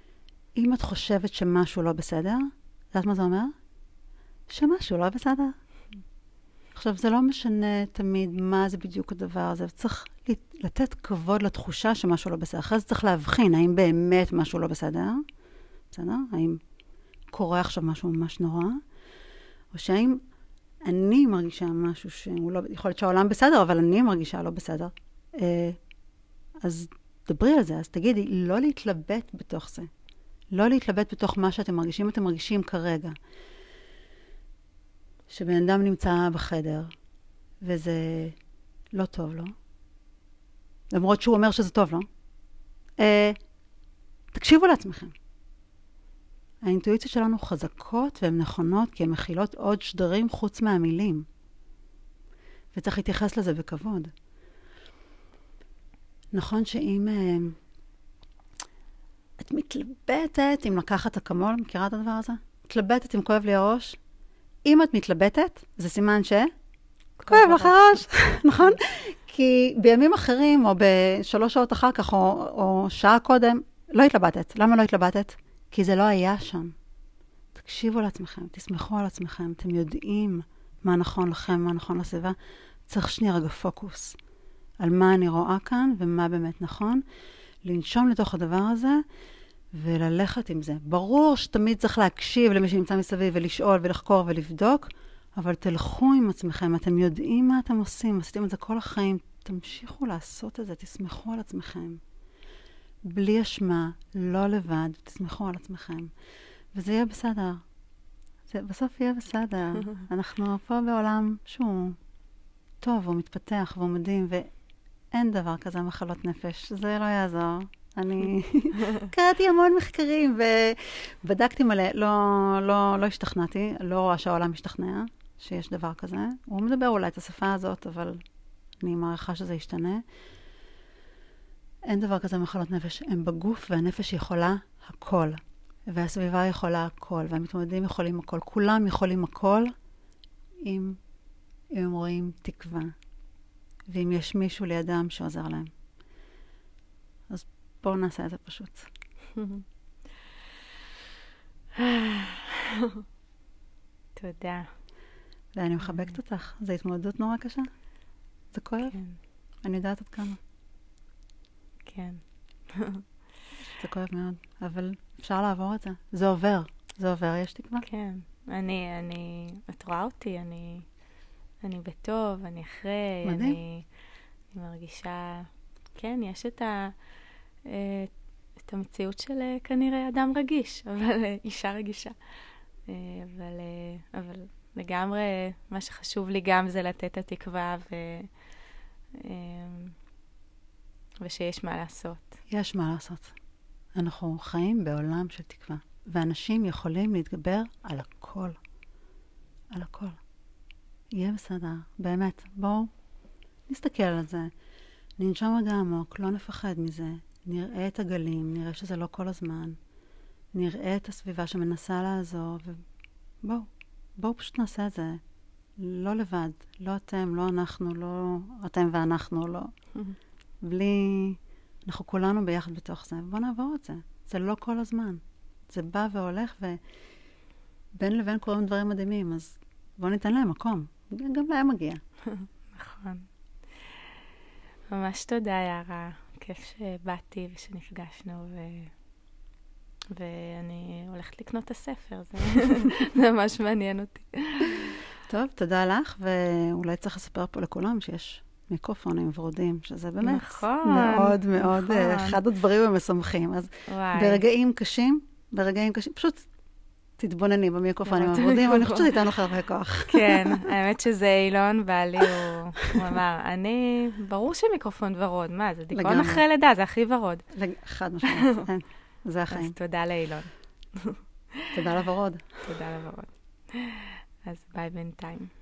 אם את חושבת שמשהו לא בסדר, יודעת מה זה אומר? שמשהו לא בסדר. עכשיו, זה לא משנה תמיד מה זה בדיוק הדבר הזה, צריך לתת כבוד לתחושה שמשהו לא בסדר. אחרי זה צריך להבחין, האם באמת משהו לא בסדר, בסדר? האם קורה עכשיו משהו ממש נורא, או שהאם אני מרגישה משהו שהוא לא, יכול להיות שהעולם בסדר, אבל אני מרגישה לא בסדר. אז דברי על זה, אז תגידי, לא להתלבט בתוך זה. לא להתלבט בתוך מה שאתם מרגישים, אתם מרגישים כרגע. שבן אדם נמצא בחדר, וזה לא טוב לו. למרות שהוא אומר שזה טוב לו. אה, תקשיבו לעצמכם. האינטואיציות שלנו חזקות והן נכונות, כי הן מכילות עוד שדרים חוץ מהמילים. וצריך להתייחס לזה בכבוד. נכון שאם אה, את מתלבטת, אם לקחת אקמול, מכירה את הדבר הזה? מתלבטת אם כואב לי הראש. אם את מתלבטת, זה סימן ש... כואב לך הראש, נכון? כי בימים אחרים, או בשלוש שעות אחר כך, או, או שעה קודם, לא התלבטת. למה לא התלבטת? כי זה לא היה שם. תקשיבו לעצמכם, תסמכו על עצמכם, אתם יודעים מה נכון לכם, מה נכון לסביבה. צריך שנייה רגע פוקוס על מה אני רואה כאן, ומה באמת נכון. לנשום לתוך הדבר הזה, וללכת עם זה. ברור שתמיד צריך להקשיב למי שנמצא מסביב, ולשאול ולחקור ולבדוק, אבל תלכו עם עצמכם, אתם יודעים מה אתם עושים, עשיתם את זה כל החיים, תמשיכו לעשות את זה, תסמכו על עצמכם. בלי אשמה, לא לבד, תסמכו על עצמכם. וזה יהיה בסדר. זה בסוף יהיה בסדר. אנחנו פה בעולם שהוא טוב, הוא מתפתח והוא מדהים, ואין דבר כזה מחלות נפש. זה לא יעזור. אני קראתי המון מחקרים ובדקתי מלא, לא, לא, לא השתכנעתי, לא רואה שהעולם משתכנע שיש דבר כזה. הוא מדבר אולי את השפה הזאת, אבל אני מעריכה שזה ישתנה. אין דבר כזה מחלות נפש. הם בגוף והנפש יכולה הכל. והסביבה יכולה הכל. והמתמודדים יכולים הכל. כולם יכולים הכל אם, אם הם רואים תקווה. ואם יש מישהו לידם שעוזר להם. אז בואו נעשה את זה פשוט.
תודה.
ואני מחבקת אותך. זו התמודדות נורא קשה. זה כואב.
כן.
אני יודעת עד כמה.
כן.
זה כואב מאוד. אבל אפשר לעבור את זה. זה עובר. זה עובר, יש תקווה.
כן. אני, אני, את רואה אותי, אני, אני בטוב, אני אחרי.
מדהים.
אני, אני מרגישה, כן, יש את ה... את המציאות של כנראה אדם רגיש, אבל אישה רגישה. אבל, אבל לגמרי, מה שחשוב לי גם זה לתת את התקווה ו, ושיש מה לעשות.
יש מה לעשות. אנחנו חיים בעולם של תקווה, ואנשים יכולים להתגבר על הכל. על הכל. יהיה בסדר, באמת. בואו נסתכל על זה. ננשום רגע עמוק, לא נפחד מזה. נראה את הגלים, נראה שזה לא כל הזמן. נראה את הסביבה שמנסה לעזור, ובואו, בואו פשוט נעשה את זה. לא לבד, לא אתם, לא אנחנו, לא אתם ואנחנו, לא. בלי... אנחנו כולנו ביחד בתוך זה. בואו נעבור את זה. זה לא כל הזמן. זה בא והולך, ובין לבין קוראים דברים מדהימים, אז בואו ניתן להם מקום. גם להם מגיע.
נכון. ממש תודה, יערה. כיף שבאתי ושנפגשנו, ו... ואני הולכת לקנות את הספר. זה, זה ממש מעניין אותי.
טוב, תודה לך, ואולי צריך לספר פה לכולם שיש מיקרופונים ורודים, שזה באמת
נכון,
מאוד מאוד
נכון.
אחד הדברים המשמחים. אז
וואי.
ברגעים קשים, ברגעים קשים, פשוט תתבונני במיקרופונים ורודים, אני חושבת שייתן לך הרבה כוח.
כן, האמת שזה אילון בעלי, הוא, הוא אמר, אני, ברור שמיקרופון ורוד, מה, זה דיכאון אחרי לידה, זה הכי ורוד.
חד משמעית, זה החיים.
אז תודה לאילון.
תודה לוורוד.
תודה לוורוד. אז ביי בינתיים.